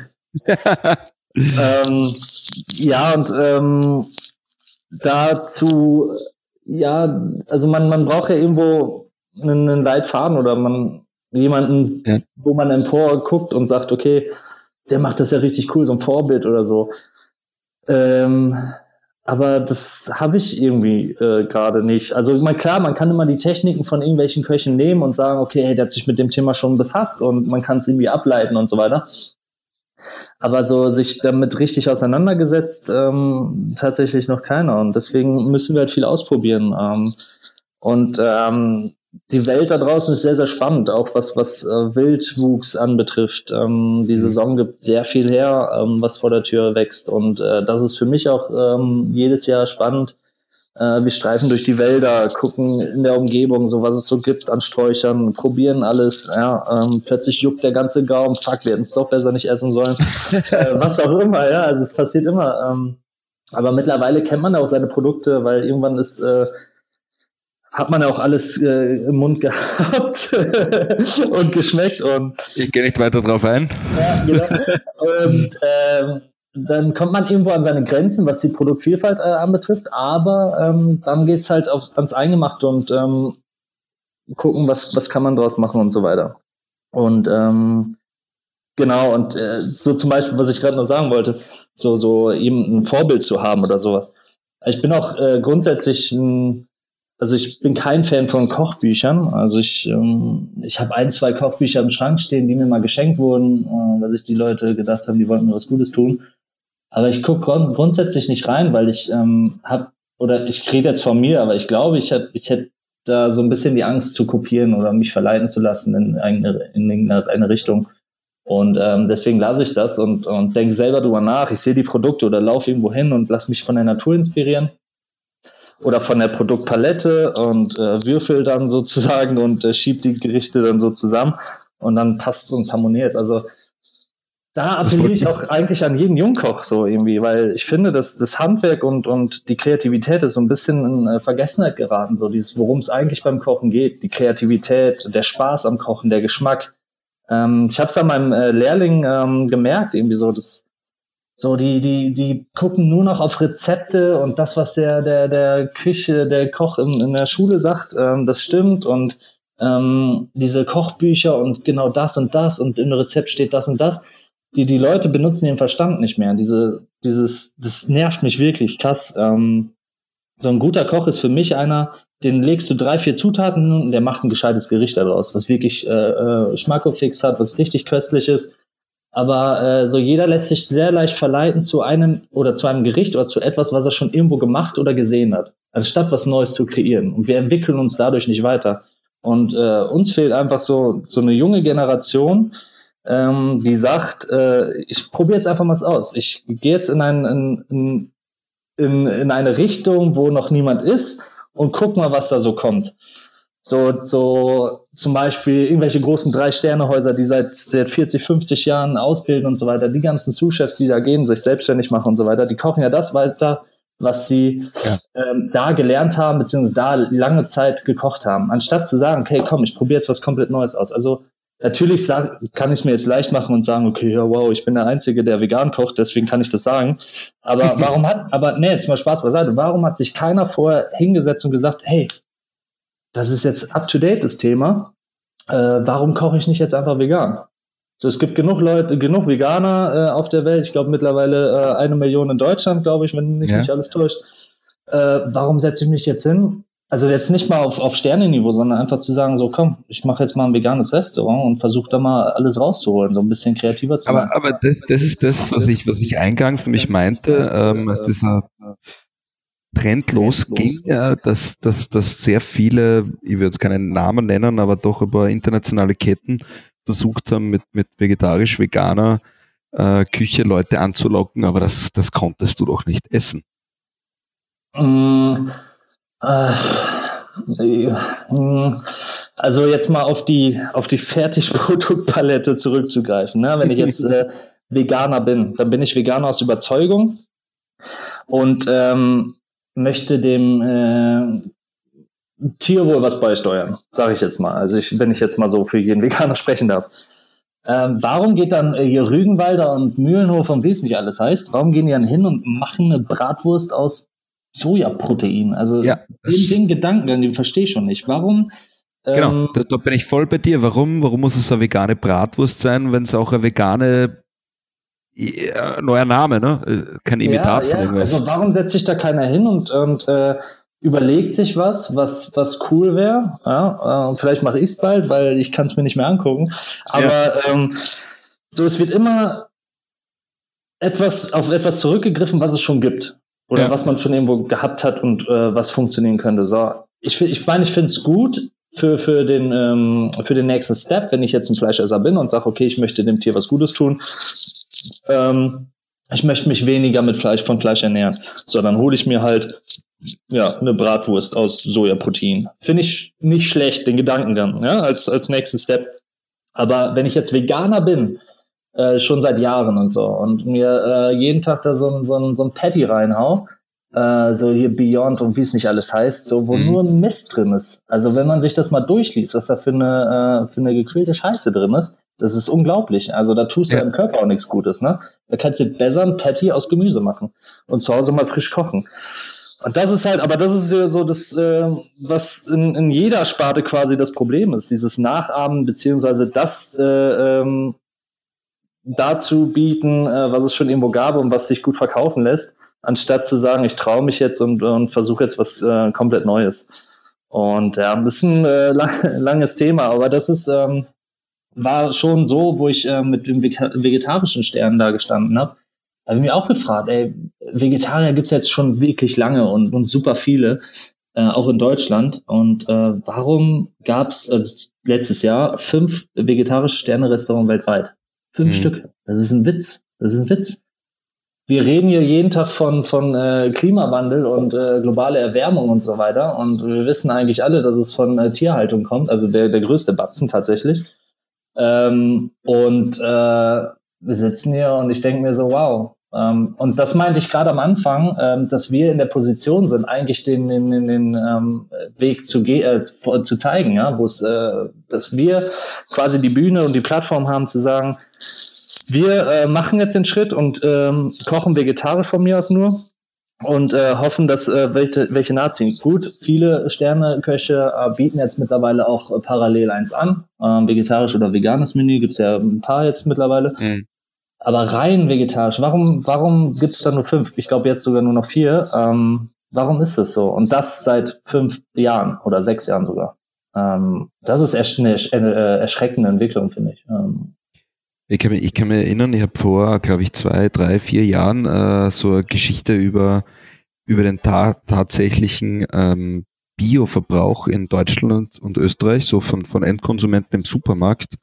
ähm, ja, und ähm, dazu, ja, also man, man braucht ja irgendwo einen, einen Leitfaden oder man jemanden, Ja. wo man empor guckt und sagt, okay, der macht das ja richtig cool, so ein Vorbild oder so. Ähm, aber das habe ich irgendwie äh, gerade nicht. Also man, klar, man kann immer die Techniken von irgendwelchen Köchen nehmen und sagen, okay, hey, der hat sich mit dem Thema schon befasst und man kann es irgendwie ableiten und so weiter. Aber so sich damit richtig auseinandergesetzt, ähm, tatsächlich noch keiner. Und deswegen müssen wir halt viel ausprobieren. Ähm, und ähm, die Welt da draußen ist sehr, sehr spannend, auch was, was äh, Wildwuchs anbetrifft. Ähm, die Saison gibt sehr viel her, ähm, was vor der Tür wächst. Und äh, das ist für mich auch ähm, jedes Jahr spannend. Äh, wir streifen durch die Wälder, gucken in der Umgebung, so was es so gibt an Sträuchern, probieren alles. Ja, ähm, plötzlich juckt der ganze Gaumen, fuck, wir hätten es doch besser nicht essen sollen. äh, was auch immer, ja, also es passiert immer. Ähm, aber mittlerweile kennt man ja auch seine Produkte, weil irgendwann ist äh, hat man ja auch alles äh, im Mund gehabt und geschmeckt und Ich gehe nicht weiter drauf ein. ja, genau. Und ähm, dann kommt man irgendwo an seine Grenzen, was die Produktvielfalt äh, anbetrifft, aber ähm, dann geht's halt aufs, ans Eingemachte und ähm, gucken, was, was kann man draus machen und so weiter. Und ähm, genau, und äh, so zum Beispiel, was ich gerade noch sagen wollte, so, so eben ein Vorbild zu haben oder sowas. Ich bin auch äh, grundsätzlich ein Also ich bin kein Fan von Kochbüchern. Also ich, ähm, ich habe ein, zwei Kochbücher im Schrank stehen, die mir mal geschenkt wurden, äh, weil sich die Leute gedacht haben, die wollten mir was Gutes tun. Aber ich gucke grund- grundsätzlich nicht rein, weil ich ähm, habe, oder ich rede jetzt von mir, aber ich glaube, ich hätte ich hätt da so ein bisschen die Angst zu kopieren oder mich verleiten zu lassen in eine, in eine Richtung. Und ähm, deswegen lasse ich das und, und denke selber drüber nach. Ich sehe die Produkte oder laufe irgendwo hin und lasse mich von der Natur inspirieren oder von der Produktpalette und äh, würfel dann sozusagen und äh, schieb die Gerichte dann so zusammen und dann passt es und harmoniert. Also da appelliere ich auch eigentlich an jeden Jungkoch so irgendwie, weil ich finde, dass das Handwerk und, und die Kreativität ist so ein bisschen in äh, Vergessenheit geraten. So dieses, worum es eigentlich beim Kochen geht. Die Kreativität, der Spaß am Kochen, der Geschmack. Ähm, ich habe es an meinem äh, Lehrling ähm, gemerkt, irgendwie so, dass so die, die, die gucken nur noch auf Rezepte und das, was der, der, der Küche, der Koch in, in der Schule sagt, ähm, das stimmt und ähm, diese Kochbücher und genau das und das und im Rezept steht das und das. Die, die Leute benutzen ihren Verstand nicht mehr. Diese, dieses, das nervt mich wirklich krass. Ähm, so ein guter Koch ist für mich einer, den legst du drei, vier Zutaten und der macht ein gescheites Gericht daraus, was wirklich äh, äh, Schmackofix hat, was richtig köstlich ist. Aber äh, so jeder lässt sich sehr leicht verleiten zu einem oder zu einem Gericht oder zu etwas, was er schon irgendwo gemacht oder gesehen hat, anstatt was Neues zu kreieren. Und wir entwickeln uns dadurch nicht weiter. Und äh, uns fehlt einfach so so eine junge Generation, Ähm, die sagt, äh, ich probiere jetzt einfach mal aus. Ich gehe jetzt in, ein, in, in, in eine Richtung, wo noch niemand ist und guck mal, was da so kommt. So, so zum Beispiel irgendwelche großen Drei-Sterne-Häuser, die seit, seit vierzig, fünfzig Jahren ausbilden und so weiter, die ganzen Sous-Chefs, die da gehen, sich selbstständig machen und so weiter, die kochen ja das weiter, was sie ja. ähm, da gelernt haben, beziehungsweise da lange Zeit gekocht haben. Anstatt zu sagen, okay, komm, ich probiere jetzt was komplett Neues aus. Also natürlich sag, kann ich es mir jetzt leicht machen und sagen, okay, ja, wow, ich bin der Einzige, der vegan kocht, deswegen kann ich das sagen. Aber warum hat, aber nee, jetzt mal Spaß beiseite, warum hat sich keiner vorher hingesetzt und gesagt, hey, das ist jetzt up to date, das Thema, äh, warum koche ich nicht jetzt einfach vegan? So, es gibt genug Leute, genug Veganer äh, auf der Welt, ich glaube mittlerweile äh, eine Million in Deutschland, glaube ich, wenn mich ja. nicht alles täuscht. Äh, warum setze ich mich jetzt hin? Also jetzt nicht mal auf, auf Sternenniveau, sondern einfach zu sagen, so komm, ich mache jetzt mal ein veganes Restaurant und versuche da mal alles rauszuholen, so ein bisschen kreativer zu sein. Aber, aber das, das ist das, was ich, was ich eingangs nämlich meinte, ähm, als dieser Trend losging, ja, dass, dass, dass sehr viele, ich würde keinen Namen nennen, aber doch über internationale Ketten versucht haben, mit, mit vegetarisch-veganer äh, Küche Leute anzulocken, aber das, das konntest du doch nicht essen. Mm. Also jetzt mal auf die auf die Fertigproduktpalette zurückzugreifen. Ne? Wenn ich jetzt äh, Veganer bin, dann bin ich Veganer aus Überzeugung und ähm, möchte dem äh, Tierwohl was beisteuern, sage ich jetzt mal. Also ich, wenn ich jetzt mal so für jeden Veganer sprechen darf. Ähm, warum geht dann äh, hier Rügenwalder und Mühlenhof und wie es nicht alles heißt, warum gehen die dann hin und machen eine Bratwurst aus Sojaprotein? Also ja, den, den Gedankengang, den verstehe ich schon nicht. Warum? Genau, ähm, da, da bin ich voll bei dir. Warum, warum muss es eine vegane Bratwurst sein, wenn es auch eine vegane äh, neuer Name, ne? Kein Imitat ja, von ja. irgendwas. Also warum setzt sich da keiner hin und, und äh, überlegt sich was, was, was cool wäre? Ja, äh, vielleicht mache ich es bald, weil ich kann es mir nicht mehr angucken. Aber ja. ähm, so, es wird immer etwas auf etwas zurückgegriffen, was es schon gibt. Oder ja. was man schon irgendwo gehabt hat und äh, was funktionieren könnte. So, ich meine, ich, mein, ich finde es gut für, für, den, ähm, für den nächsten Step, wenn ich jetzt ein Fleischesser bin und sage, okay, ich möchte dem Tier was Gutes tun. Ähm, ich möchte mich weniger mit Fleisch von Fleisch ernähren. So, dann hole ich mir halt ja eine Bratwurst aus Sojaprotein. Finde ich nicht schlecht, den Gedankengang, ja, als, als nächsten Step. Aber wenn ich jetzt Veganer bin, Äh, schon seit Jahren und so. Und mir äh, jeden Tag da so ein, so ein, so ein Patty reinhau, äh, so hier Beyond und wie es nicht alles heißt, so wo mhm. nur Mist drin ist. Also wenn man sich das mal durchliest, was da für eine, äh, für eine gequälte Scheiße drin ist, das ist unglaublich. Also da tust du ja. im Körper auch nichts Gutes, ne? Da kannst du besser ein Patty aus Gemüse machen und zu Hause mal frisch kochen. Und das ist halt, aber das ist ja so das, äh, was in, in jeder Sparte quasi das Problem ist, dieses Nachahmen, beziehungsweise das, äh, ähm, dazu bieten, äh, was es schon irgendwo gab und was sich gut verkaufen lässt, anstatt zu sagen, ich traue mich jetzt und, und versuche jetzt was äh, komplett Neues. Und ja, das ist ein äh, lang, langes Thema, aber das ist ähm, war schon so, wo ich äh, mit dem vegetarischen Stern da gestanden habe. Da habe ich mich auch gefragt, ey, Vegetarier gibt's jetzt schon wirklich lange und, und super viele. äh, auch in Deutschland. Und äh, warum gab es also letztes Jahr fünf vegetarische Sterne-Restaurants weltweit? Fünf mhm. Stück. Das ist ein Witz. Das ist ein Witz. Wir reden hier jeden Tag von von äh, Klimawandel und äh, globale Erwärmung und so weiter. Und wir wissen eigentlich alle, dass es von äh, Tierhaltung kommt. Also der der größte Batzen tatsächlich. Ähm, und äh, wir sitzen hier und ich denke mir so, wow. Ähm, und das meinte ich gerade am Anfang, ähm, dass wir in der Position sind, eigentlich den den, den, den ähm, Weg zu ge- äh, zu zeigen, ja, wo es, äh, dass wir quasi die Bühne und die Plattform haben zu sagen, wir äh, machen jetzt den Schritt und ähm, kochen vegetarisch von mir aus nur und äh, hoffen, dass äh, welche, welche nachziehen. Gut, viele Sterneköche äh, bieten jetzt mittlerweile auch äh, parallel eins an. Ähm, vegetarisch oder veganes Menü gibt's ja ein paar jetzt mittlerweile. Mhm. Aber rein vegetarisch, warum warum gibt's da nur fünf? Ich glaube jetzt sogar nur noch vier. Ähm, warum ist das so? Und das seit fünf Jahren oder sechs Jahren sogar. Ähm, das ist echt eine, eine erschreckende Entwicklung, finde ich. Ähm, Ich kann, mich, ich kann mich erinnern, ich habe vor, glaube ich, zwei, drei, vier Jahren äh, so eine Geschichte über, über den ta- tatsächlichen ähm, Bioverbrauch in Deutschland und Österreich, so von, von Endkonsumenten im Supermarkt,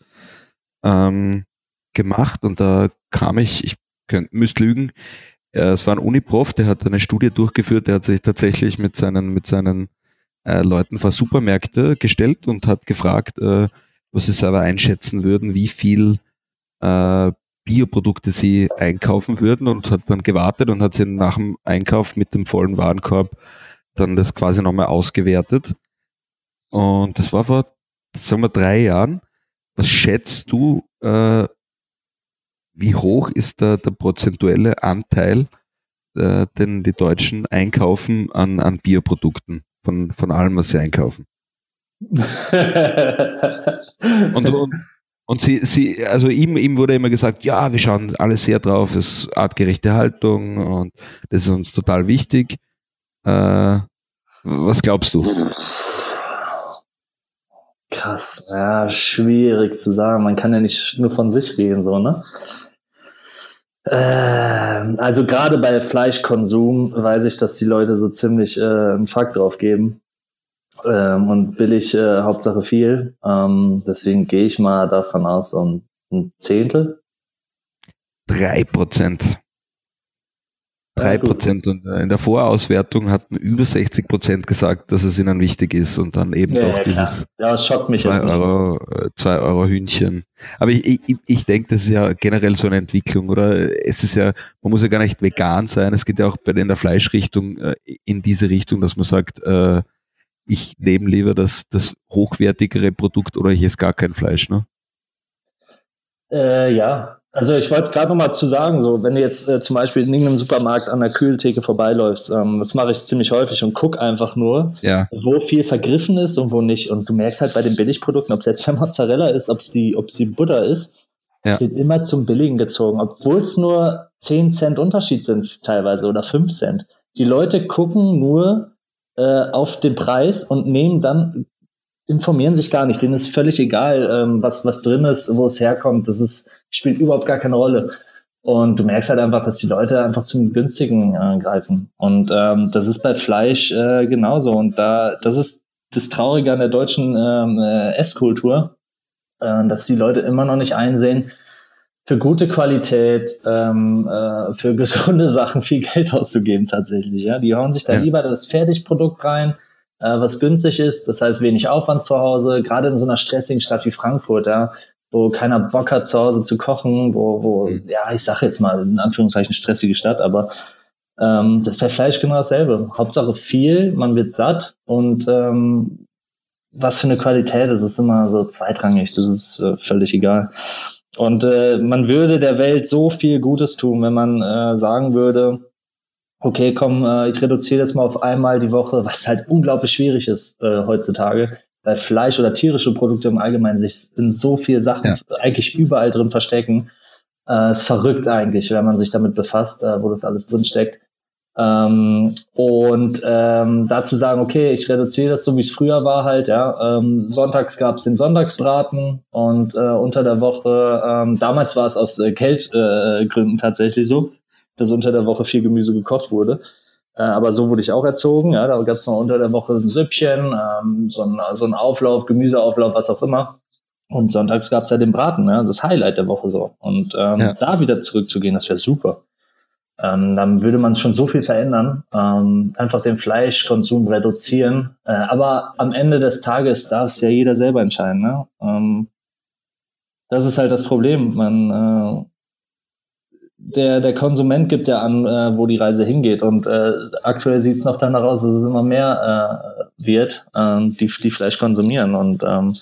ähm, gemacht. Und da kam ich, ich könnt, müsste lügen, äh, es war ein Uniprof, der hat eine Studie durchgeführt, der hat sich tatsächlich mit seinen, mit seinen äh, Leuten vor Supermärkte gestellt und hat gefragt, äh, was sie selber einschätzen würden, wie viel Äh, Bioprodukte sie einkaufen würden und hat dann gewartet und hat sie nach dem Einkauf mit dem vollen Warenkorb dann das quasi nochmal ausgewertet. Und das war vor, sagen wir, drei Jahren. Was schätzt du, äh, wie hoch ist da der prozentuelle Anteil, äh, den die Deutschen einkaufen an, an Bioprodukten von, von allem, was sie einkaufen? und, und Und sie, sie, also ihm, ihm wurde immer gesagt, ja, wir schauen alle sehr drauf, das ist artgerechte Haltung und das ist uns total wichtig. Äh, was glaubst du? Krass, ja, schwierig zu sagen. Man kann ja nicht nur von sich reden, so, ne? Äh, also gerade bei Fleischkonsum weiß ich, dass die Leute so ziemlich äh, einen Fuck drauf geben. Ähm, und billig, äh, Hauptsache viel. Ähm, deswegen gehe ich mal davon aus, um ein Zehntel. Drei Prozent. Drei Prozent. Und in der Vorauswertung hatten über sechzig Prozent gesagt, dass es ihnen wichtig ist. Und dann eben ja, doch ja, dieses ja, das schockt mich zwei jetzt nicht. Euro, zwei Euro Hühnchen. Aber ich, ich, ich denke, das ist ja generell so eine Entwicklung, oder? Es ist ja, man muss ja gar nicht vegan sein. Es geht ja auch bei in der Fleischrichtung äh, in diese Richtung, dass man sagt, äh, ich nehme lieber das, das hochwertigere Produkt oder ich esse gar kein Fleisch, ne? Äh, ja, also ich wollte gerade noch mal zu sagen, so wenn du jetzt äh, zum Beispiel in irgendeinem Supermarkt an der Kühltheke vorbeiläufst, ähm, das mache ich ziemlich häufig und guck einfach nur, ja. wo viel vergriffen ist und wo nicht. Und du merkst halt bei den Billigprodukten, ob es jetzt der Mozzarella ist, ob es die, ob es die Butter ist, es ja. wird immer zum Billigen gezogen, obwohl es nur zehn Cent Unterschied sind teilweise oder fünf Cent. Die Leute gucken nur auf den Preis und nehmen dann, informieren sich gar nicht, denen ist völlig egal, ähm, was was drin ist, wo es herkommt, das ist spielt überhaupt gar keine Rolle. Und du merkst halt einfach, dass die Leute einfach zum Günstigen äh, greifen. Und ähm, das ist bei Fleisch äh, genauso. Und da das ist das Traurige an der deutschen ähm, äh, Esskultur, äh, dass die Leute immer noch nicht einsehen, für gute Qualität, ähm, äh, für gesunde Sachen viel Geld auszugeben tatsächlich. Ja, die hauen sich da ja. lieber das Fertigprodukt rein, äh, was günstig ist, das heißt wenig Aufwand zu Hause. Gerade in so einer stressigen Stadt wie Frankfurt, ja, wo keiner Bock hat zu Hause zu kochen, wo, wo mhm. ja, ich sage jetzt mal in Anführungszeichen stressige Stadt, aber ähm, das ist bei Fleisch genau dasselbe. Hauptsache viel, man wird satt und ähm, was für eine Qualität, das ist immer so zweitrangig. Das ist äh, völlig egal. Und äh, man würde der Welt so viel Gutes tun, wenn man äh, sagen würde, okay, komm, äh, ich reduziere das mal auf einmal die Woche, was halt unglaublich schwierig ist äh, heutzutage, weil Fleisch oder tierische Produkte im Allgemeinen sich in so viel Sachen ja. eigentlich überall drin verstecken. Äh, ist verrückt eigentlich, wenn man sich damit befasst, äh, wo das alles drin steckt. Ähm, und ähm, dazu sagen, okay, ich reduziere das so, wie es früher war halt, ja. Ähm, sonntags gab es den Sonntagsbraten und äh, unter der Woche, ähm, damals war es aus äh, Geldgründen äh, tatsächlich so, dass unter der Woche viel Gemüse gekocht wurde. Äh, aber so wurde ich auch erzogen. Ja, da gab es noch unter der Woche ein Süppchen, ähm, so, ein, so ein Auflauf, Gemüseauflauf, was auch immer. Und sonntags gab es ja den Braten, ja, das Highlight der Woche so. Und ähm, ja. da wieder zurückzugehen, das wäre super. Ähm, dann würde man schon so viel verändern, ähm, einfach den Fleischkonsum reduzieren. Äh, aber am Ende des Tages darf es ja jeder selber entscheiden. Ne? Ähm, das ist halt das Problem. Man, äh, der, der Konsument gibt ja an, äh, wo die Reise hingeht. Und äh, aktuell sieht es noch danach aus, dass es immer mehr äh, wird, äh, die, die Fleisch konsumieren. Und ähm,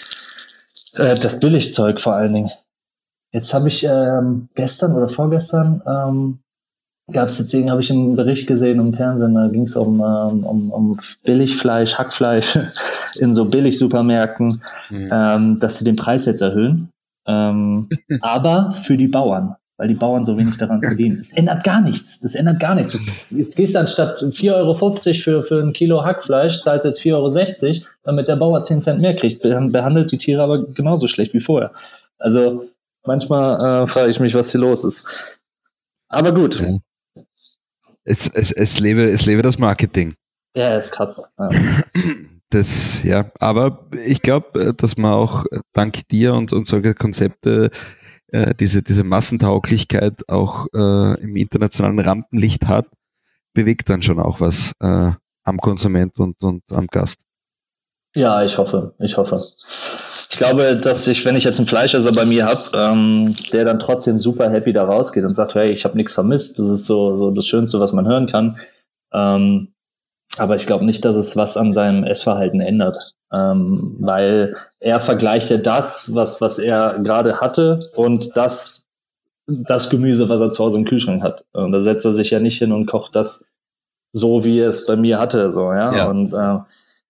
äh, das Billigzeug vor allen Dingen. Jetzt habe ich ähm, gestern oder vorgestern ähm, gab es deswegen, habe ich einen Bericht gesehen im Fernsehen, da ging es um, ähm, um, um Billigfleisch, Hackfleisch in so Billig-Supermärkten, mhm. ähm, dass sie den Preis jetzt erhöhen. Ähm, aber für die Bauern, weil die Bauern so wenig daran verdienen. Das ändert gar nichts. Das ändert gar nichts. Jetzt, jetzt gehst du anstatt vier Euro fünfzig für, für ein Kilo Hackfleisch, zahlst jetzt vier Euro sechzig, damit der Bauer zehn Cent mehr kriegt. Behandelt die Tiere aber genauso schlecht wie vorher. Also manchmal äh, frage ich mich, was hier los ist. Aber gut. Ja. Es, es, es, lebe, es lebe das Marketing. Ja, ist krass. Ja. Das, ja, aber ich glaube, dass man auch dank dir und, und solche Konzepte äh, diese, diese Massentauglichkeit auch äh, im internationalen Rampenlicht hat, bewegt dann schon auch was äh, am Konsument und, und am Gast. Ja, ich hoffe, ich hoffe. Ich glaube, dass ich, wenn ich jetzt einen Fleischesser bei mir habe, ähm, der dann trotzdem super happy da rausgeht und sagt, hey, ich habe nichts vermisst, das ist so, so das Schönste, was man hören kann. Ähm, aber ich glaube nicht, dass es was an seinem Essverhalten ändert, ähm, weil er vergleicht ja das, was was er gerade hatte und das das Gemüse, was er zu Hause im Kühlschrank hat. Und da setzt er sich ja nicht hin und kocht das so, wie er es bei mir hatte, so ja. ja. Und äh,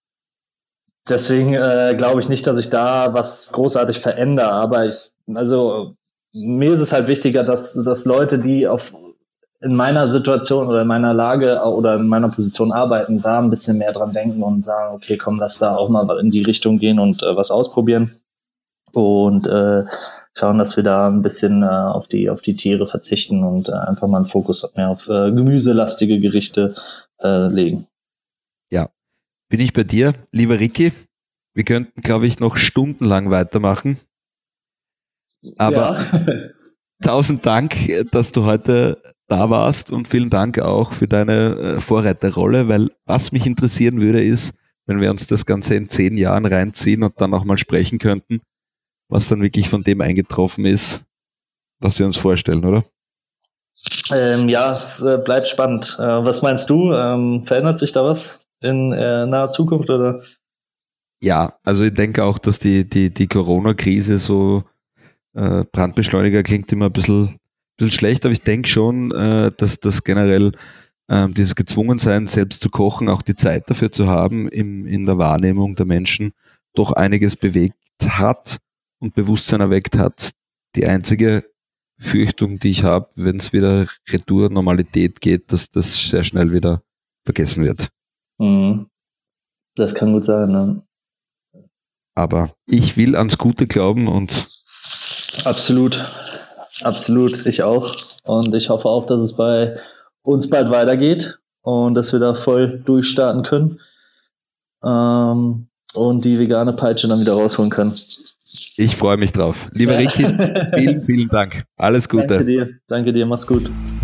Deswegen äh, glaube ich nicht, dass ich da was großartig verändere, aber ich, also mir ist es halt wichtiger, dass, dass Leute, die auf in meiner Situation oder in meiner Lage oder in meiner Position arbeiten, da ein bisschen mehr dran denken und sagen, okay, komm, lass da auch mal in die Richtung gehen und äh, was ausprobieren und äh, schauen, dass wir da ein bisschen äh, auf die auf die Tiere verzichten und äh, einfach mal einen Fokus mehr auf äh, gemüselastige Gerichte äh, legen. Ja. Bin ich bei dir, lieber Ricky. Wir könnten, glaube ich, noch stundenlang weitermachen. Aber ja. Tausend Dank, dass du heute da warst und vielen Dank auch für deine Vorreiterrolle, weil was mich interessieren würde, ist, wenn wir uns das Ganze in zehn Jahren reinziehen und dann auch mal sprechen könnten, was dann wirklich von dem eingetroffen ist, was wir uns vorstellen, oder? Ähm, ja, es äh, bleibt spannend. Äh, was meinst du? Ähm, verändert sich da was in äh, naher Zukunft, oder? Ja, also ich denke auch, dass die, die, die Corona-Krise so äh, Brandbeschleuniger klingt immer ein bisschen, bisschen schlecht, aber ich denke schon, äh, dass das generell äh, dieses Gezwungensein, selbst zu kochen, auch die Zeit dafür zu haben, im, in der Wahrnehmung der Menschen doch einiges bewegt hat und Bewusstsein erweckt hat. Die einzige Fürchtung, die ich habe, wenn es wieder Retour Normalität geht, dass das sehr schnell wieder vergessen wird. Mhm. Das kann gut sein, ne? Aber ich will ans Gute glauben und absolut, absolut, ich auch. Und ich hoffe auch, dass es bei uns bald weitergeht und dass wir da voll durchstarten können ähm, und die vegane Peitsche dann wieder rausholen können. Ich freue mich drauf. Lieber Ricky, vielen, vielen Dank. Alles Gute. Danke dir, danke dir, mach's gut.